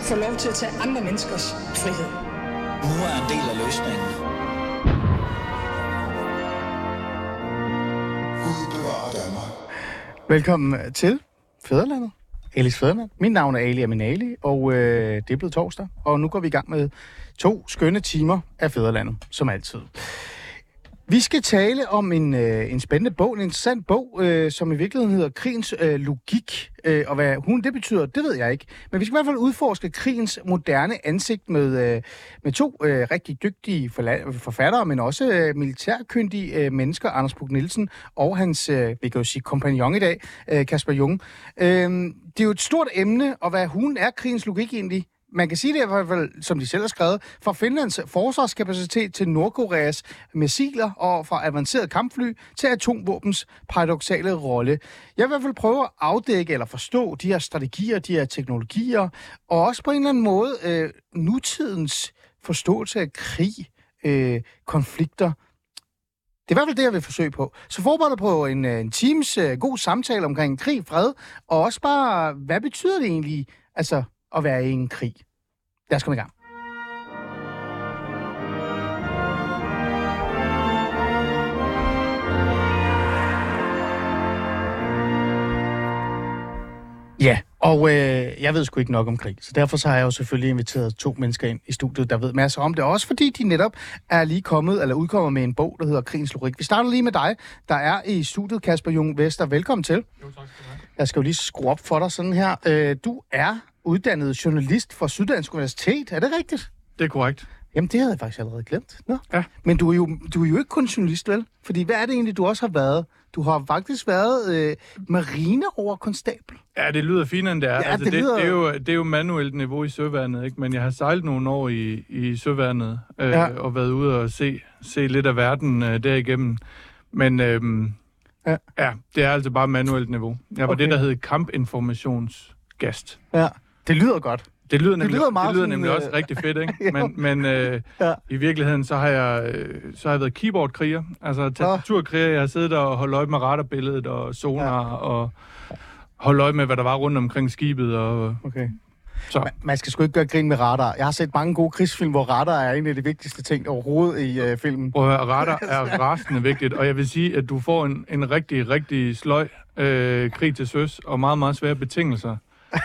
få lov til at tage andre menneskers frihed. Nu er en del af løsningen. Velkommen til Fædrelandet. Alis Fædreland. Mit navn er Ali Aminali, og det er blevet torsdag. Og nu går vi i gang med 2 skønne timer af Fædrelandet, som altid. Vi skal tale om en spændende bog, en interessant bog, som i virkeligheden hedder Krigens Logik. Og hvad det betyder, det ved jeg ikke. Men vi skal i hvert fald udforske krigens moderne ansigt med 2 rigtig dygtige forfattere, men også militærkyndige mennesker, Anders Buch Nielsen og hans, vi kan jo sige, kompagnon i dag, Kasper Jung. Det er jo et stort emne, og hvad er krigens logik egentlig? Man kan sige det i hvert fald, som de selv har skrevet, fra Finlands forsvarskapacitet til Nordkoreas missiler og fra avancerede kampfly til atomvåbens paradoksale rolle. Jeg vil i hvert fald prøve at afdække eller forstå de her strategier, de her teknologier, og også på en eller anden måde nutidens forståelse af krig, konflikter. Det er i hvert fald det, jeg vil forsøge på. Så forbered på en times god samtale omkring krig, fred, og også bare, hvad betyder det egentlig, altså at være i en krig? Lad os komme i gang. Ja, og jeg ved sgu ikke nok om krig, så derfor så har jeg jo selvfølgelig inviteret 2 mennesker ind i studiet, der ved masser om det. Også fordi de netop er lige udkommet med en bog, der hedder Krigens Logik. Vi starter lige med dig, der er i studiet, Kasper Jung Vester. Velkommen til. Jo, tak skal du have. Jeg skal jo lige skrue op for dig sådan her. Du er uddannet journalist fra Syddansk Universitet. Er det rigtigt? Det er korrekt. Jamen, det havde jeg faktisk allerede glemt. Nå. Ja. Men du er jo ikke kun journalist, vel? Fordi hvad er det egentlig, du også har været? Du har faktisk været marineoverkonstabel. Ja, det lyder finere, end det er. Ja, altså, det er jo manuelt niveau i søværnet, ikke? Men jeg har sejlet nogle år i søværnet og været ude og se lidt af verden derigennem. Men ja, det er altså bare manuelt niveau. Jeg var det, der hed kampinformationsgast. Ja, det lyder godt. Det lyder nemlig også rigtig fedt, ikke? Men i virkeligheden, så har jeg været keyboardkriger, altså tastaturkriger. Jeg har siddet og holdt øje med radarbilledet og sonar og holdt øje med, hvad der var rundt omkring skibet. Okay. Så. Man skal sgu ikke gøre grin med radar. Jeg har set mange gode krigsfilm, hvor radar er en af de vigtigste ting overhovedet i filmen. Radar er rasende vigtigt, og jeg vil sige, at du får en rigtig, rigtig sløj krig til søs og meget, meget svære betingelser.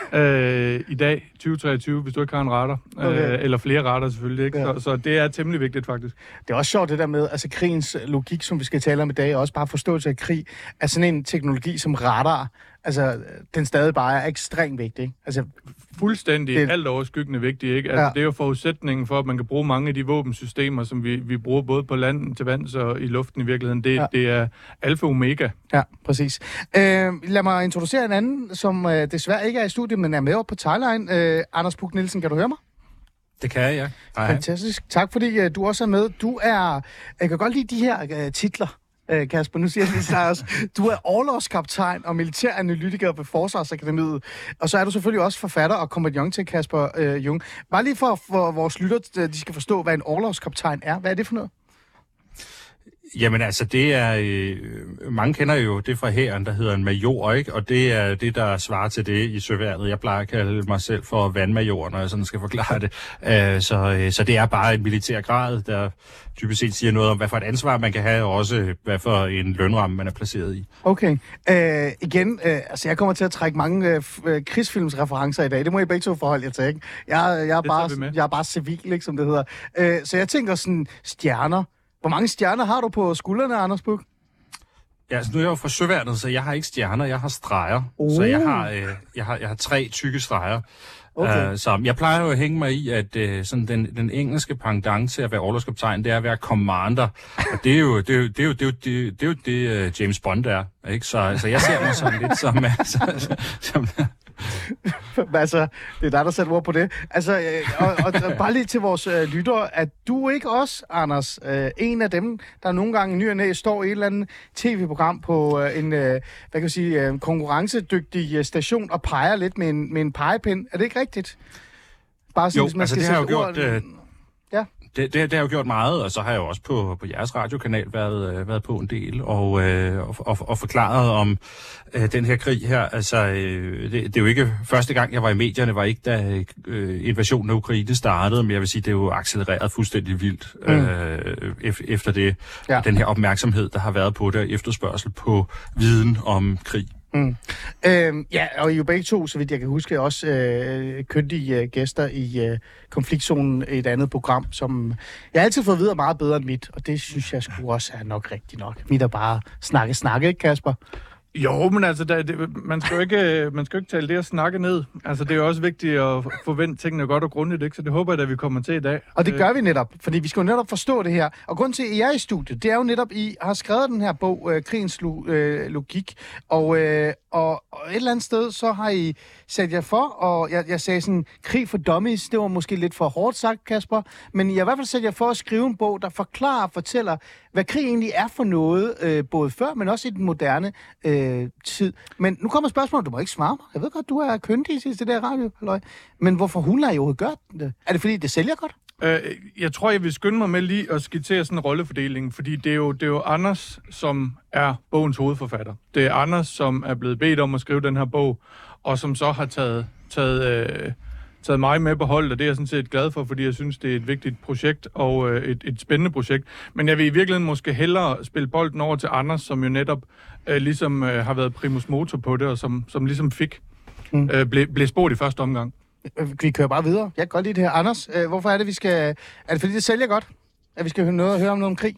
I dag, 2023, hvis du ikke har en radar. Eller flere radar selvfølgelig, ikke? Ja. Så det er temmelig vigtigt, faktisk. Det er også sjovt det der med, altså krigens logik, som vi skal tale om i dag, og også bare forståelse af krig, er sådan en teknologi som radar, altså den stadig bare er ekstremt vigtig, ikke? Altså fuldstændig alt overskyggende vigtigt, ikke? Altså, det er jo forudsætningen for, at man kan bruge mange af de våbensystemer, som vi bruger både på land, til vands og i luften i virkeligheden. Det er alfa og omega. Ja, præcis. Lad mig introducere en anden, som desværre ikke er i studiet, men er med op på Thailand. Anders Buch Nielsen, kan du høre mig? Det kan jeg, ja. Fantastisk. Tak, fordi du også er med. Jeg kan godt lide de her titler, Kasper. Nu siger jeg lige snart. Du er orlogskaptajn og militæranalytiker ved Forsvarsakademiet. Og så er du selvfølgelig også forfatter og kompagnon til Kasper Jung. Bare lige for vores lytter, de skal forstå, hvad en orlogskaptajn er. Hvad er det for noget? Jamen altså, det er... mange kender jo det fra hæren, der hedder en major, ikke? Og det er det, der svarer til det i søværnet. Jeg plejer at kalde mig selv for vandmajor, når jeg sådan skal forklare det. Så det er bare en militær grad, der typisk set siger noget om, hvad for et ansvar man kan have, og også hvad for en lønramme, man er placeret i. Okay. Altså jeg kommer til at trække mange krigsfilmsreferencer i dag. Det må I begge to forholde jer til, ikke? Jeg er bare civil, ikke, som det hedder. Så jeg tænker sådan, stjerner. Hvor mange stjerner har du på skuldrene, Anders Buch? Ja, altså nu er jeg jo fra søværnet, så jeg har ikke stjerner, jeg har streger. Så jeg har 3 tykke streger. Okay. Så jeg plejer jo at hænge mig i, at sådan den engelske pendant til at være orlogskaptajn, det er at være commander. Og det er jo det James Bond er, ikke? Så jeg ser mig sådan lidt som Altså, det er dig, der sætter ord på det. Altså, og bare lige til vores lyttere, at du ikke også, Anders, en af dem, der nogle gange i ny og næ står i et eller andet tv-program på en konkurrencedygtig station og peger lidt med en pegepind. Er det ikke rigtigt? Bare sådan, jo, altså det har jeg jo gjort... det har jeg jo gjort meget, og så har jeg jo også på jeres radiokanal været på en del, og forklaret om den her krig her. Altså, det er jo ikke første gang, jeg var i medierne, var ikke da invasionen af Ukraine startede, men jeg vil sige, det er jo accelereret fuldstændig vildt efter det. Ja. Den her opmærksomhed, der har været på det, og efterspørgsel på viden om krig. Ja, og I jo begge to, så vidt jeg kan huske, også kyndige gæster i konfliktzonen, et andet program, som jeg altid får videre meget bedre end mit, og det synes jeg sgu også er nok rigtigt nok. Mit er bare snakke, ikke Kasper? Jo, men altså, man skal jo ikke tale det at snakke ned. Altså, det er jo også vigtigt at forvente tingene godt og grundigt, ikke? Så det håber jeg, at vi kommer til i dag. Og det gør vi netop, fordi vi skal jo netop forstå det her. Og grunden til, at I er i studiet, det er jo netop, I har skrevet den her bog, Krigens Logik, og et eller andet sted, så har I sat jer for, og jeg sagde sådan, krig for dummies, det var måske lidt for hårdt sagt, Kasper, men I har i hvert fald sat jer for at skrive en bog, der forklarer og fortæller, hvad krig egentlig er for noget, både før, men også i den moderne tid. Men nu kommer spørgsmålet, du må ikke svare mig. Jeg ved godt, du er kyndig til det der radio, halløj. Men hvorfor hun har jo gjort det? Er det fordi, det sælger godt? Jeg tror, jeg vil skynde mig med lige at skitsere sådan en rollefordeling, fordi det er jo Anders, som er bogens hovedforfatter. Det er Anders, som er blevet bedt om at skrive den her bog, og som så har taget mig med på holdet, og det er jeg sådan set glad for, fordi jeg synes, det er et vigtigt projekt og et spændende projekt. Men jeg vil i virkeligheden måske hellere spille bolden over til Anders, som jo netop ligesom har været primus motor på det, og som ligesom blev spurgt i første omgang. Vi kører bare videre. Jeg kan godt lide det her. Anders, hvorfor er det, vi skal... Er det fordi, det sælger godt? At vi skal høre om noget om krig?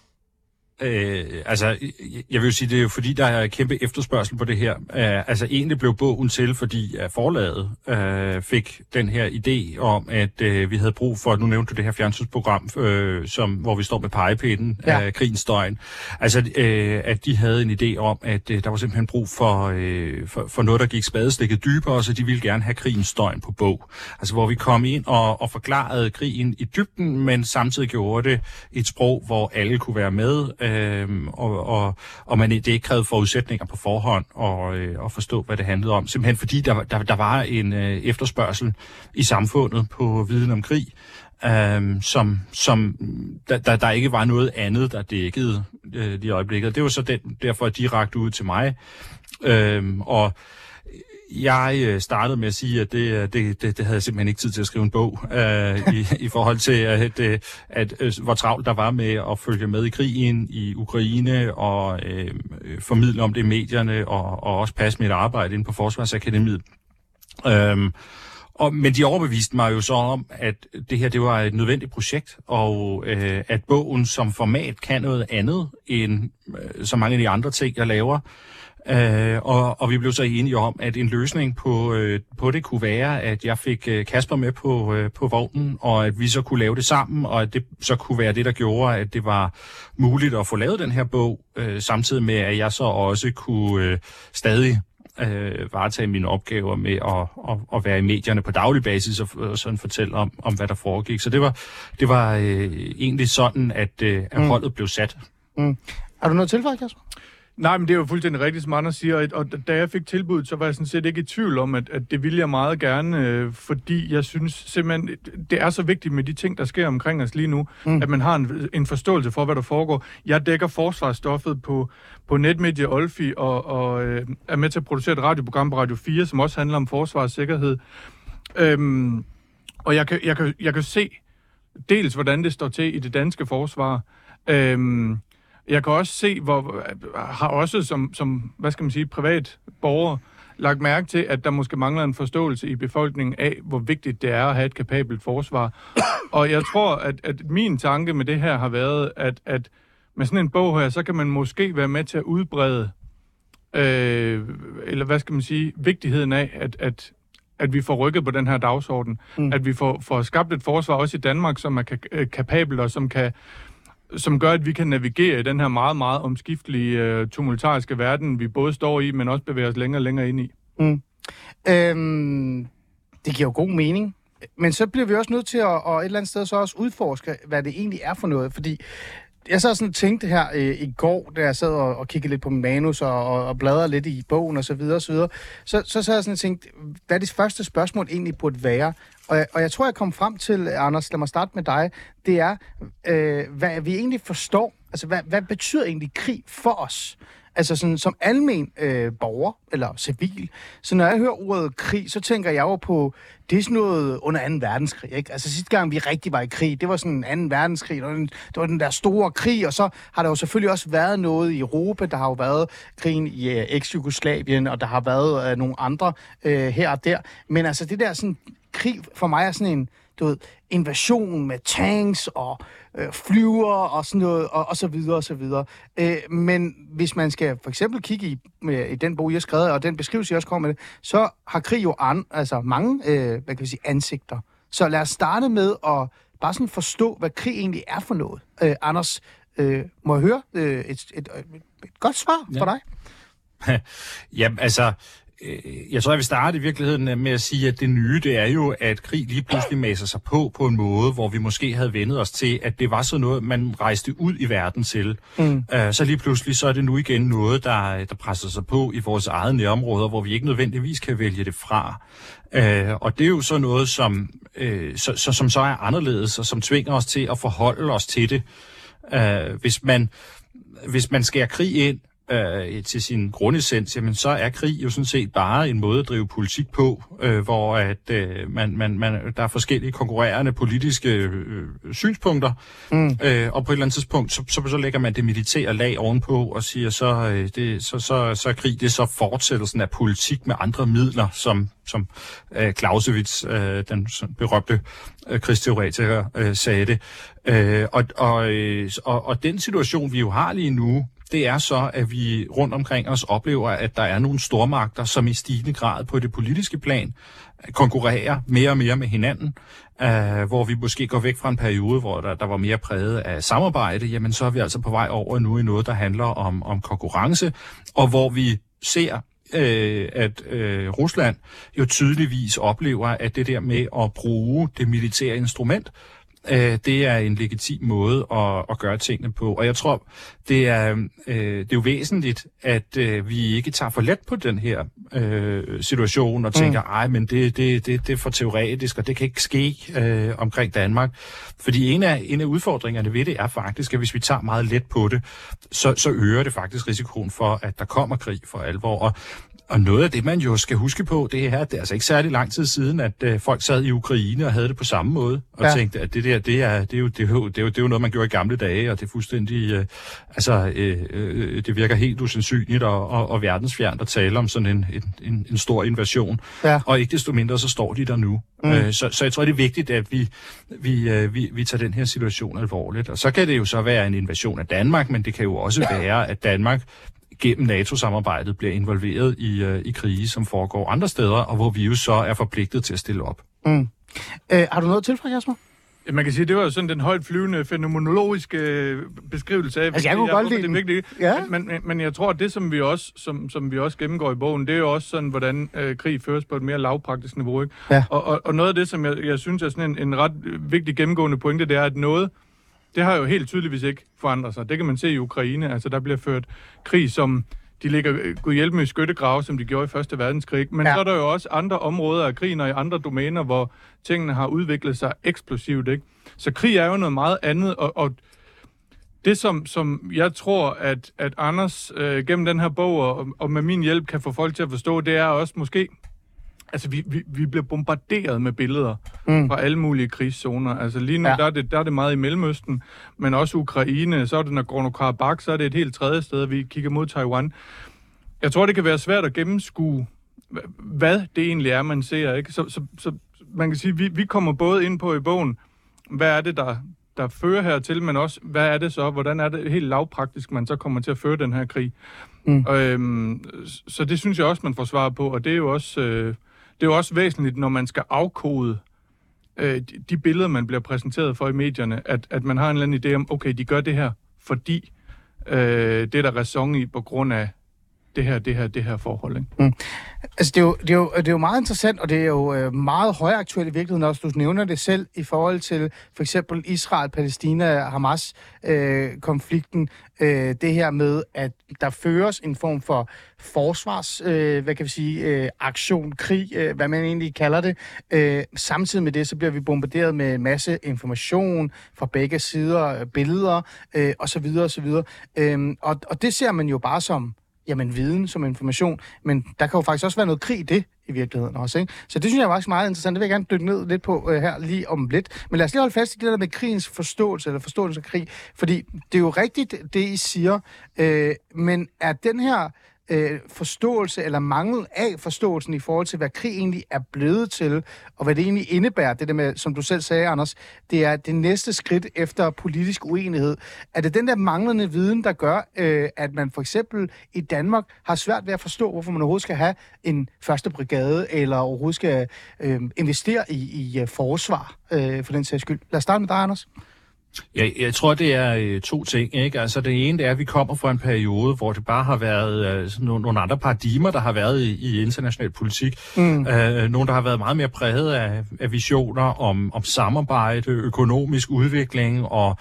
Altså, jeg vil jo sige, det er jo fordi, der er kæmpe efterspørgsel på det her. Altså, egentlig blev bogen til, fordi forlaget fik den her idé om, at vi havde brug for, nu nævnte du det her fjernsynsprogram, hvor vi står med pegepinden af krigens døgn. Altså, at de havde en idé om, at der var simpelthen brug for noget, der gik spadestikket dybere, så de ville gerne have krigens døgn på bog. Altså, hvor vi kom ind og forklarede krigen i dybden, men samtidig gjorde det et sprog, hvor alle kunne være med, og det ikke krævede forudsætninger på forhånd og forstå, hvad det handlede om. Simpelthen fordi der var en efterspørgsel i samfundet på viden om krig, som der ikke var noget andet, der dækkede de øjeblikker. Det var så derfor direkte ud til mig. Og jeg startede med at sige, at det havde jeg simpelthen ikke tid til at skrive en bog i forhold til, at hvor travlt der var med at følge med i krigen i Ukraine og formidle om det i medierne og også passe mit arbejde inde på Forsvarsakademiet. Men de overbeviste mig jo så om, at det her det var et nødvendigt projekt, og at bogen som format kan noget andet end så mange af de andre ting, jeg laver. Og vi blev så enige om, at en løsning på det kunne være, at jeg fik Kasper med på vognen, og at vi så kunne lave det sammen, og at det så kunne være det, der gjorde, at det var muligt at få lavet den her bog, samtidig med, at jeg så også kunne stadig varetage mine opgaver med at være i medierne på daglig basis og sådan fortælle om hvad der foregik. Så det var egentlig sådan, at holdet blev sat. Har du noget tilføjet, Kasper? Nej, men det er jo fuldstændig rigtigt, som Anders siger, og da jeg fik tilbuddet, så var jeg sådan set ikke i tvivl om, at det ville jeg meget gerne, fordi jeg synes simpelthen, det er så vigtigt med de ting, der sker omkring os lige nu, at man har en forståelse for, hvad der foregår. Jeg dækker forsvarsstoffet på Netmedia Olfi, og er med til at producere et radioprogram på Radio 4, som også handler om forsvar og sikkerhed. Og jeg kan se dels, hvordan det står til i det danske forsvar. Jeg kan også se, har også som hvad skal man sige, privat borger lagt mærke til, at der måske mangler en forståelse i befolkningen af, hvor vigtigt det er at have et kapabelt forsvar. Og jeg tror, at min tanke med det her har været, at med sådan en bog her, så kan man måske være med til at udbrede, eller hvad skal man sige, vigtigheden af, at vi får rykket på den her dagsorden. At vi får skabt et forsvar også i Danmark, som er kapabelt og som gør, at vi kan navigere i den her meget, meget omskiftelige, tumultariske verden, vi både står i, men også bevæger os længere og længere ind i. Det giver jo god mening. Men så bliver vi også nødt til at et eller andet sted så også udforske, hvad det egentlig er for noget. Fordi jeg så sådan tænkte her i går, da jeg sad og kiggede lidt på min manus og bladrede lidt i bogen og så videre, så sad jeg sådan tænkt, hvad det første spørgsmål egentlig burde være. Og jeg tror, jeg kom frem til, Anders, lad mig starte med dig, det er, hvad vi egentlig forstår. Altså, hvad betyder egentlig krig for os? Altså sådan som almen borger, eller civil. Så når jeg hører ordet krig, så tænker jeg jo på, det er sådan noget under 2. verdenskrig, ikke? Altså sidste gang vi rigtig var i krig, det var sådan 2. verdenskrig, det var den der store krig, og så har der jo selvfølgelig også været noget i Europa, der har jo været krigen i eks-Jugoslavien, og der har været nogle andre her og der. Men altså det der sådan, krig for mig er sådan en, du ved, invasion med tanks og flyver og sådan noget, og så videre, og så videre. Men hvis man skal for eksempel kigge i den bog, jeg har skrevet, og den beskrivelse, jeg også kommer med det, så har krig jo mange hvad kan vi sige, ansigter. Så lad os starte med at bare sådan forstå, hvad krig egentlig er for noget. Anders, må jeg høre et godt svar fra dig? Jamen, altså... Jeg tror, jeg vil starte i virkeligheden med at sige, at det nye, det er jo, at krig lige pludselig masser sig på en måde, hvor vi måske havde vendet os til, at det var sådan noget, man rejste ud i verden til. Så lige pludselig, så er det nu igen noget, der presser sig på i vores eget nærområder, hvor vi ikke nødvendigvis kan vælge det fra. Og det er jo så noget, som så er anderledes, og som tvinger os til at forholde os til det. Hvis man skærer krig ind, til sin grundessens, jamen så er krig jo sådan set bare en måde at drive politik på, hvor at der er forskellige konkurrerende politiske synspunkter, og på et eller andet tidspunkt, så lægger man det militære lag ovenpå og siger, så er krig, det er så fortsættelsen af politik med andre midler, som Clausewitz, den berømte krigsteoretiker, sagde det. Og den situation, vi jo har lige nu, det er så, at vi rundt omkring os oplever, at der er nogle stormagter, som i stigende grad på det politiske plan konkurrerer mere og mere med hinanden, hvor vi måske går væk fra en periode, hvor der var mere præget af samarbejde, jamen så er vi altså på vej over nu i noget, der handler om konkurrence, og hvor vi ser, at Rusland jo tydeligvis oplever, at det der med at bruge det militære instrument, det er en legitim måde at gøre tingene på. Og jeg tror, det er jo væsentligt, at vi ikke tager for let på den her situation og tænker, ej, men det er for teoretisk, og det kan ikke ske omkring Danmark. Fordi en af udfordringerne ved det er faktisk, at hvis vi tager meget let på det, så øger det faktisk risikoen for, at der kommer krig for alvor. Og noget af det, man jo skal huske på, det er altså ikke særlig lang tid siden, at folk sad i Ukraine og havde det på samme måde, og tænkte, at det er jo noget, man gjorde i gamle dage, og det er fuldstændig, det virker helt usandsynligt og verdensfjernt at tale om sådan en stor invasion. Ja. Og ikke desto mindre, så står de der nu. Så jeg tror, det er vigtigt, at vi tager den her situation alvorligt. Og så kan det jo så være en invasion af Danmark, men det kan jo også være, at Danmark gennem NATO-samarbejdet bliver involveret i krige, som foregår andre steder, og hvor vi jo så er forpligtet til at stille op. Har du noget til fra, Jasper? Man kan sige, det var jo sådan den højt flyvende fænomenologiske beskrivelse af, altså, jeg kunne godt lide det vigtige. Ja. Men jeg tror, at det, som vi også gennemgår i bogen, det er jo også sådan, hvordan krig føres på et mere lavpraktisk niveau. Ikke? Ja. Og noget af det, som jeg synes er sådan en ret vigtig gennemgående pointe, det er, at noget, det har jo helt tydeligvis ikke forandret sig. Det kan man se i Ukraine. Altså, der bliver ført krig, som de ligger Gud hjælpe med i skyttegrave, som de gjorde i 1. verdenskrig. Men så er der jo også andre områder af krigen og i andre domæner, hvor tingene har udviklet sig eksplosivt. Ikke? Så krig er jo noget meget andet. Og det, som jeg tror, at Anders gennem den her bog og med min hjælp kan få folk til at forstå, det er også måske... Altså, vi bliver bombarderet med billeder fra alle mulige krigszoner. Altså, lige nu, der er det meget i Mellemøsten, men også Ukraine, så er det Nagorno-Karabakh, så er det et helt tredje sted, vi kigger mod Taiwan. Jeg tror, det kan være svært at gennemskue, hvad det egentlig er, man ser, ikke? Så man kan sige, vi kommer både ind på i bogen, hvad er det, der fører hertil, men også, hvad er det så, hvordan er det helt lavpraktisk, man så kommer til at føre den her krig. Så det synes jeg også, man får svar på, og det er jo også væsentligt, når man skal afkode de billeder, man bliver præsenteret for i medierne, at man har en eller anden idé om, okay, de gør det her, fordi det er der ræson i på grund af det her forhold. Ikke? Altså, det er jo meget interessant, og det er jo meget højaktuelt i virkeligheden også. Du nævner det selv i forhold til for eksempel Israel, Palæstina, Hamas konflikten. Det her med, at der føres en form for forsvars, aktion, krig, hvad man egentlig kalder det. Samtidig med det, så bliver vi bombarderet med en masse information fra begge sider, billeder osv. Og det ser man jo bare som viden, som information, men der kan jo faktisk også være noget krig i det, i virkeligheden også, ikke? Så det synes jeg er faktisk meget interessant. Det vil jeg gerne dykke ned lidt på her lige om lidt. Men lad os lige holde fast i det der med krigens forståelse, eller forståelse af krig, fordi det er jo rigtigt, det I siger, men er den her forståelse eller mangel af forståelsen i forhold til, hvad krig egentlig er blevet til, og hvad det egentlig indebærer, det der med, som du selv sagde, Anders, det er det næste skridt efter politisk uenighed. Er det den der manglende viden, der gør, at man for eksempel i Danmark har svært ved at forstå, hvorfor man overhovedet skal have en første brigade, eller overhovedet skal investere i forsvar, for den sags skyld? Lad os starte med dig, Anders. Jeg tror, det er to ting, ikke? Altså, det ene det er, at vi kommer fra en periode, hvor det bare har været nogle andre paradigmer, der har været i international politik. Nogle, der har været meget mere præget af visioner om samarbejde, økonomisk udvikling og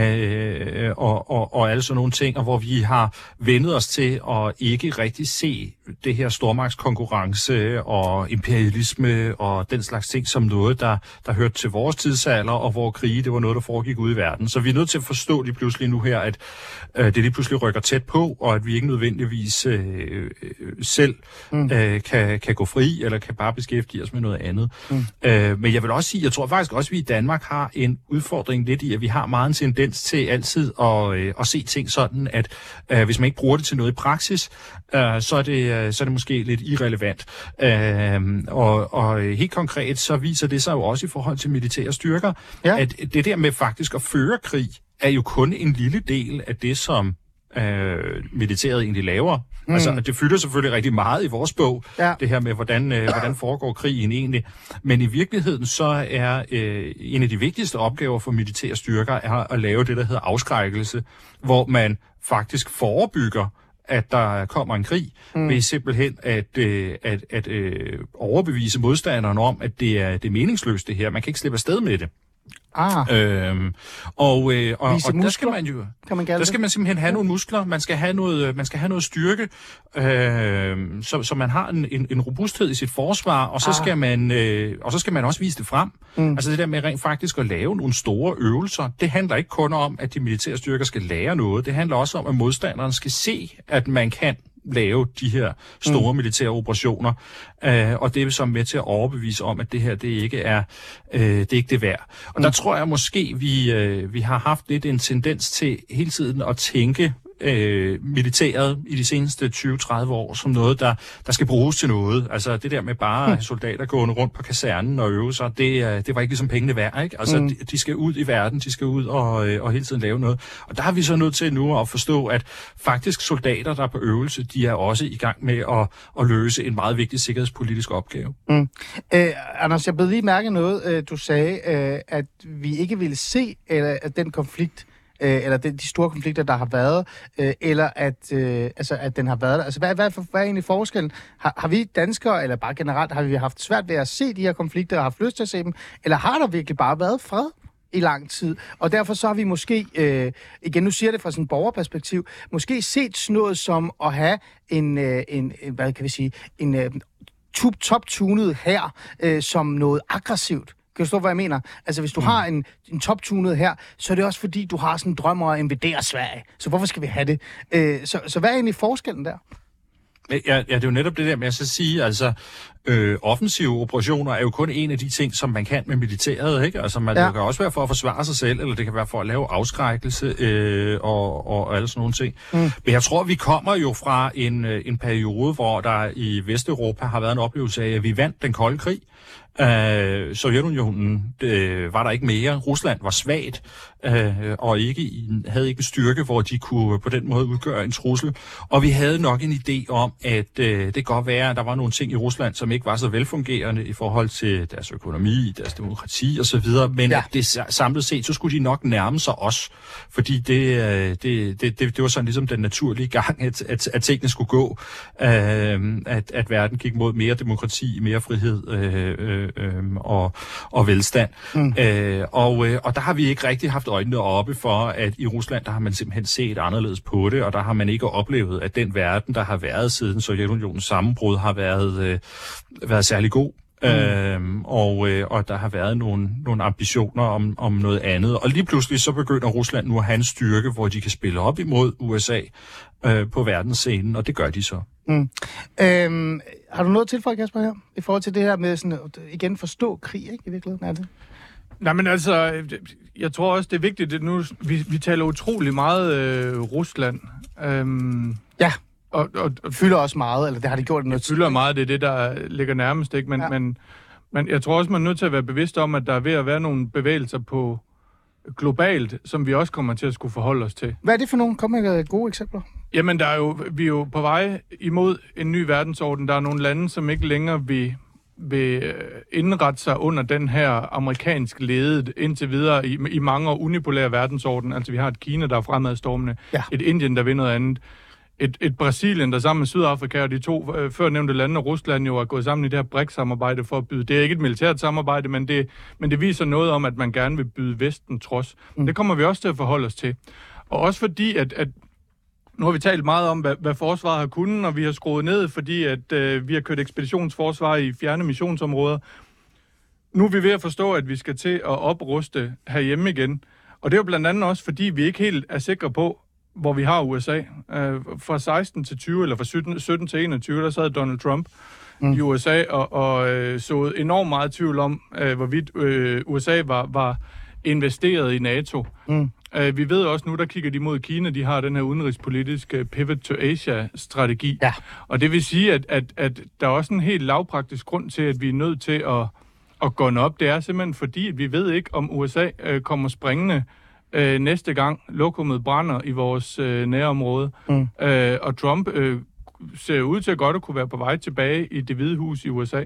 alle sådan nogle ting, og hvor vi har vendet os til at ikke rigtig se det her stormagtskonkurrence og imperialisme og den slags ting som noget, der hørte til vores tidsalder, og hvor krige, det var noget, der foregik ude i verden. Så vi er nødt til at forstå lige pludselig nu her, at det lige pludselig rykker tæt på, og at vi ikke nødvendigvis selv kan gå fri, eller kan bare beskæftige os med noget andet. Men jeg vil også sige, jeg tror faktisk også, at vi i Danmark har en udfordring lidt i, at vi har meget en tendens til altid at se ting sådan, at hvis man ikke bruger det til noget i praksis, så er det måske lidt irrelevant. Og helt konkret, så viser det sig jo også i forhold til militære styrker, at det der med faktisk at føre krig, er jo kun en lille del af det, som militæret egentlig laver. Altså, det fylder selvfølgelig rigtig meget i vores bog, det her med, hvordan foregår krigen egentlig. Men i virkeligheden, så er en af de vigtigste opgaver for militære styrker, er at lave det, der hedder afskrækkelse, hvor man faktisk forebygger, at der kommer en krig, ved simpelthen at overbevise modstanderen om, at det er meningsløst det her. Man kan ikke slippe afsted med det. Og der skal man jo, der skal man simpelthen have nogle muskler. Man skal have noget styrke, så man har en robusthed i sit forsvar, og så skal man også vise det frem. Altså det der med rent faktisk at lave nogle store øvelser, det handler ikke kun om, at de militære styrker skal lære noget. Det handler også om, at modstanderen skal se, at man kan lave de her store militære operationer, og det er så med til at overbevise om, at det her, det ikke er det værd. Og der tror jeg måske, vi har haft lidt en tendens til hele tiden at tænke militæret i de seneste 20-30 år som noget, der skal bruges til noget. Altså det der med bare soldater gående rundt på kasernen og øve sig, det var ikke ligesom pengene værd, ikke? Altså de skal ud i verden, de skal ud og hele tiden lave noget. Og der har vi så nødt til nu at forstå, at faktisk soldater, der er på øvelse, de er også i gang med at løse en meget vigtig sikkerhedspolitisk opgave. Anders, jeg blev lige mærke noget, du sagde, at vi ikke ville se at den konflikt, eller de store konflikter, der har været, eller at den har været der. Altså, hvad er egentlig forskellen? Har vi danskere, eller bare generelt, har vi haft svært ved at se de her konflikter, og haft lyst til at se dem, eller har der virkelig bare været fred i lang tid? Og derfor så har vi måske, igen, nu siger det fra sådan en borgerperspektiv, måske set sådan noget som at have en top-tunet her, som noget aggressivt. Kan du forstå, hvad jeg mener? Altså, hvis du har en top-tunet her, så er det også fordi, du har sådan en drøm om at invadere Sverige. Så hvorfor skal vi have det? Så hvad er egentlig forskellen der? Ja, det er jo netop det der med at så sige, altså, offensive operationer er jo kun en af de ting, som man kan med militæret, ikke? Altså, det kan også være for at forsvare sig selv, eller det kan være for at lave afskrækkelse og alle sådan nogle ting. Men jeg tror, vi kommer jo fra en periode, hvor der i Vesteuropa har været en oplevelse af, at vi vandt den kolde krig. Sovjetunionen var der ikke mere. Rusland var svagt og havde ikke en styrke, hvor de kunne på den måde udgøre en trussel. Og vi havde nok en idé om, at det kan godt være, at der var nogle ting i Rusland, som ikke var så velfungerende i forhold til deres økonomi, deres demokrati osv., men at det samlet set, så skulle de nok nærme sig os, fordi det var sådan ligesom den naturlige gang, at tingene skulle gå, at verden gik mod mere demokrati, mere frihed og velstand. Og der har vi ikke rigtig haft øjnene oppe for, at i Rusland, der har man simpelthen set anderledes på det, og der har man ikke oplevet, at den verden, der har været siden Sovjetunionens sammenbrud, har været særlig god. Og der har været nogle ambitioner om noget andet. Og lige pludselig så begynder Rusland nu at have en styrke, hvor de kan spille op imod USA på verdensscenen, og det gør de så. Har du noget at tilføje, Kasper, her? I forhold til det her med sådan, igen forstå krig, ikke? I virkeligheden er det? Nej, men altså, jeg tror også, det er vigtigt, at nu vi taler utrolig meget Rusland. Ja. Og fylder også meget, eller det har det gjort noget tid. Fylder meget, det er det, der ligger nærmest, ikke? Men jeg tror også, man er nødt til at være bevidst om, at der er ved at være nogle bevægelser på globalt, som vi også kommer til at skulle forholde os til. Hvad er det for nogle? Kom med gode eksempler. Jamen, vi er jo på vej imod en ny verdensorden. Der er nogle lande, som ikke længere vil indrette sig under den her amerikansk ledet indtil videre i mange år unipolære verdensorden. Altså, vi har et Kina, der er fremadstormende, et Indien, der vil noget andet, et Brasilien, der sammen med Sydafrika og de to førnævnte lande og Rusland jo er gået sammen i det her BRICS-samarbejde for at byde. Det er ikke et militært samarbejde, men det viser noget om, at man gerne vil byde Vesten trods. Det kommer vi også til at forholde os til. Og også fordi, at nu har vi talt meget om, hvad forsvaret har kunnet, og vi har skruet ned, fordi at vi har kørt ekspeditionsforsvar i fjerne missionsområder. Nu er vi ved at forstå, at vi skal til at opruste herhjemme igen. Og det er jo blandt andet også, fordi vi ikke helt er sikre på, hvor vi har USA. Fra 16 til 20, eller fra 17 til 21, der sad Donald Trump i USA og så enormt meget tvivl om, hvorvidt USA var investeret i NATO. Vi ved også nu, der kigger de mod Kina, de har den her udenrigspolitiske Pivot to Asia-strategi. Ja. Og det vil sige, at der er også en helt lavpraktisk grund til, at vi er nødt til at gå op. Det er simpelthen fordi, at vi ved ikke, om USA kommer springende næste gang lokummet brænder i vores nærområde. Og Trump ser ud til at godt at kunne være på vej tilbage i Det Hvide Hus i USA.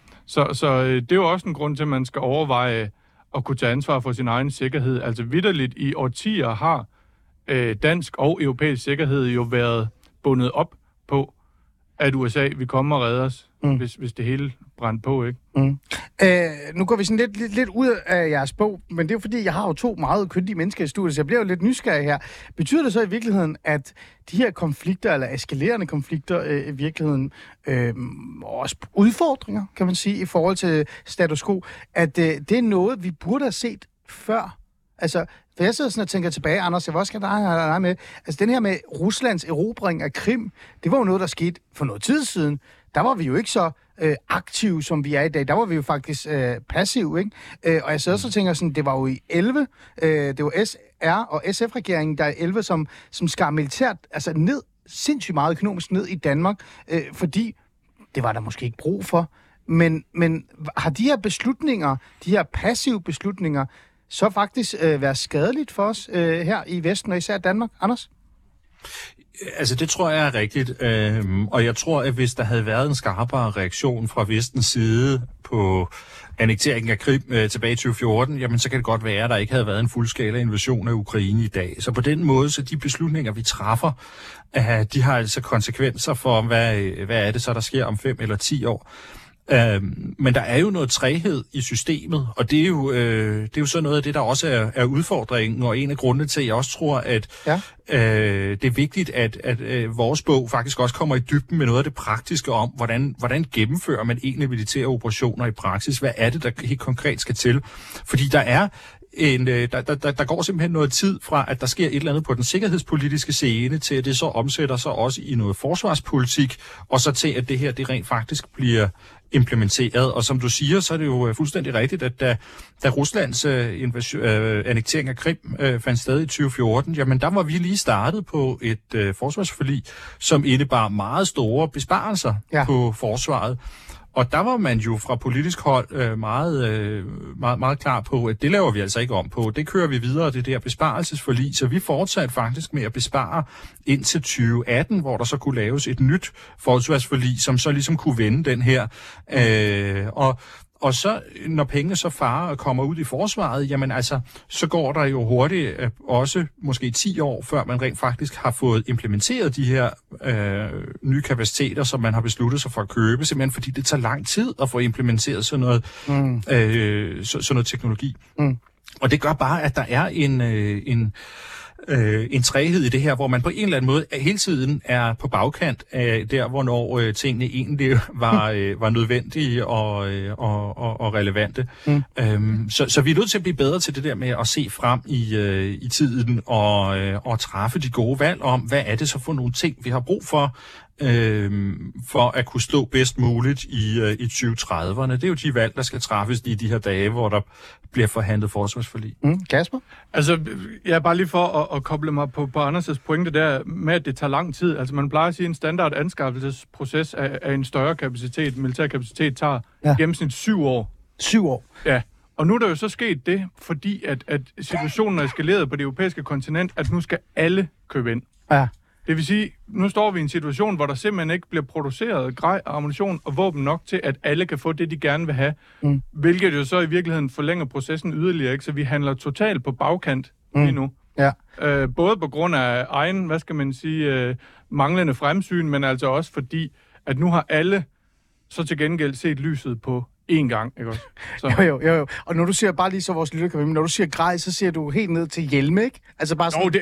Så det er jo også en grund til, at man skal overveje at kunne tage ansvar for sin egen sikkerhed. Altså vitterligt i årtier har dansk og europæisk sikkerhed jo været bundet op på, at USA vil komme og redde os, hvis det hele brændte på, ikke? Nu går vi sådan lidt ud af jeres bog, men det er jo fordi, jeg har jo to meget kyndige mennesker i studiet, så jeg bliver jo lidt nysgerrig her. Betyder det så i virkeligheden, at de her konflikter, eller eskalerende konflikter i virkeligheden, også udfordringer, kan man sige, i forhold til status quo, at det er noget, vi burde have set før? Altså, for jeg sidder sådan og tænker tilbage, Anders, jeg vil også gerne dig med. Altså, den her med Ruslands erobring af Krim, det var jo noget, der skete for noget tid siden. Der var vi jo ikke så aktive, som vi er i dag. Der var vi jo faktisk passive, ikke? Og jeg sidder så og tænker sådan, det var jo i 11, det var SR og SF-regeringen, der i 11, som skar militært altså ned, sindssygt meget økonomisk ned i Danmark, fordi det var der måske ikke brug for. Men har de her beslutninger, de her passive beslutninger, så faktisk være skadeligt for os her i Vesten, og især Danmark? Anders? Altså, det tror jeg er rigtigt. Og jeg tror, at hvis der havde været en skarpere reaktion fra Vestens side på annekteringen af Krim tilbage i 2014, jamen så kan det godt være, at der ikke havde været en fuldskala invasion af Ukraine i dag. Så på den måde, så de beslutninger, vi træffer, de har altså konsekvenser for, hvad er det så, der sker om 5 eller 10 år. Men der er jo noget træghed i systemet, og det er jo så noget af det, der også er udfordringen, og en af grundene til, at jeg også tror, at det er vigtigt, at vores bog faktisk også kommer i dybden med noget af det praktiske om, hvordan gennemfører man egentlig militære operationer i praksis? Hvad er det, der helt konkret skal til? Fordi der er der går simpelthen noget tid fra, at der sker et eller andet på den sikkerhedspolitiske scene, til at det så omsætter sig også i noget forsvarspolitik, og så til, at det her det rent faktisk bliver implementeret. Og som du siger, så er det jo fuldstændig rigtigt, at da Ruslands annektering af Krim fandt sted i 2014, jamen der var vi lige startet på et forsvarsforlig, som indebar meget store besparelser på forsvaret. Og der var man jo fra politisk hold meget klar på, at det laver vi altså ikke om på. Det kører vi videre, det der besparelsesforlig. Så vi fortsatte faktisk med at bespare indtil 2018, hvor der så kunne laves et nyt forsvarsforlig, som så ligesom kunne vende den her. Og så, når pengene så farer og kommer ud i forsvaret, jamen altså, så går der jo hurtigt også måske 10 år, før man rent faktisk har fået implementeret de her nye kapaciteter, som man har besluttet sig for at købe, simpelthen fordi det tager lang tid at få implementeret sådan noget, sådan noget teknologi. Og det gør bare, at der er en træghed i det her, hvor man på en eller anden måde hele tiden er på bagkant af der, hvornår tingene egentlig var nødvendige og relevante. Så vi er nødt til at blive bedre til det der med at se frem i tiden og træffe de gode valg om, hvad er det så for nogle ting, vi har brug for at kunne stå bedst muligt i 2030'erne. Det er jo de valg, der skal træffes i de her dage, hvor der bliver forhandlet forsvarsforlig. Kasper? Altså, jeg er bare lige for at koble mig på Anders' pointe der med, at det tager lang tid. Altså, man plejer at sige, at en standard anskaffelsesproces af en større kapacitet, militær kapacitet, tager gennemsnit 7 år. 7 år? Ja. Og nu er der jo så sket det, fordi at situationen er eskaleret på det europæiske kontinent, at nu skal alle købe ind. Ja. Det vil sige, nu står vi i en situation, hvor der simpelthen ikke bliver produceret grej, ammunition og våben nok til, at alle kan få det, de gerne vil have. Hvilket jo så i virkeligheden forlænger processen yderligere, ikke? Så vi handler totalt på bagkant lige nu. Ja. Både på grund af egen, manglende fremsyn, men altså også fordi, at nu har alle så til gengæld set lyset på én gang, ikke også? Så. Jo. Og når du siger, bare lige så vores lytter kan vide, når du siger grej, så siger du helt ned til hjelme, ikke? Altså bare sådan,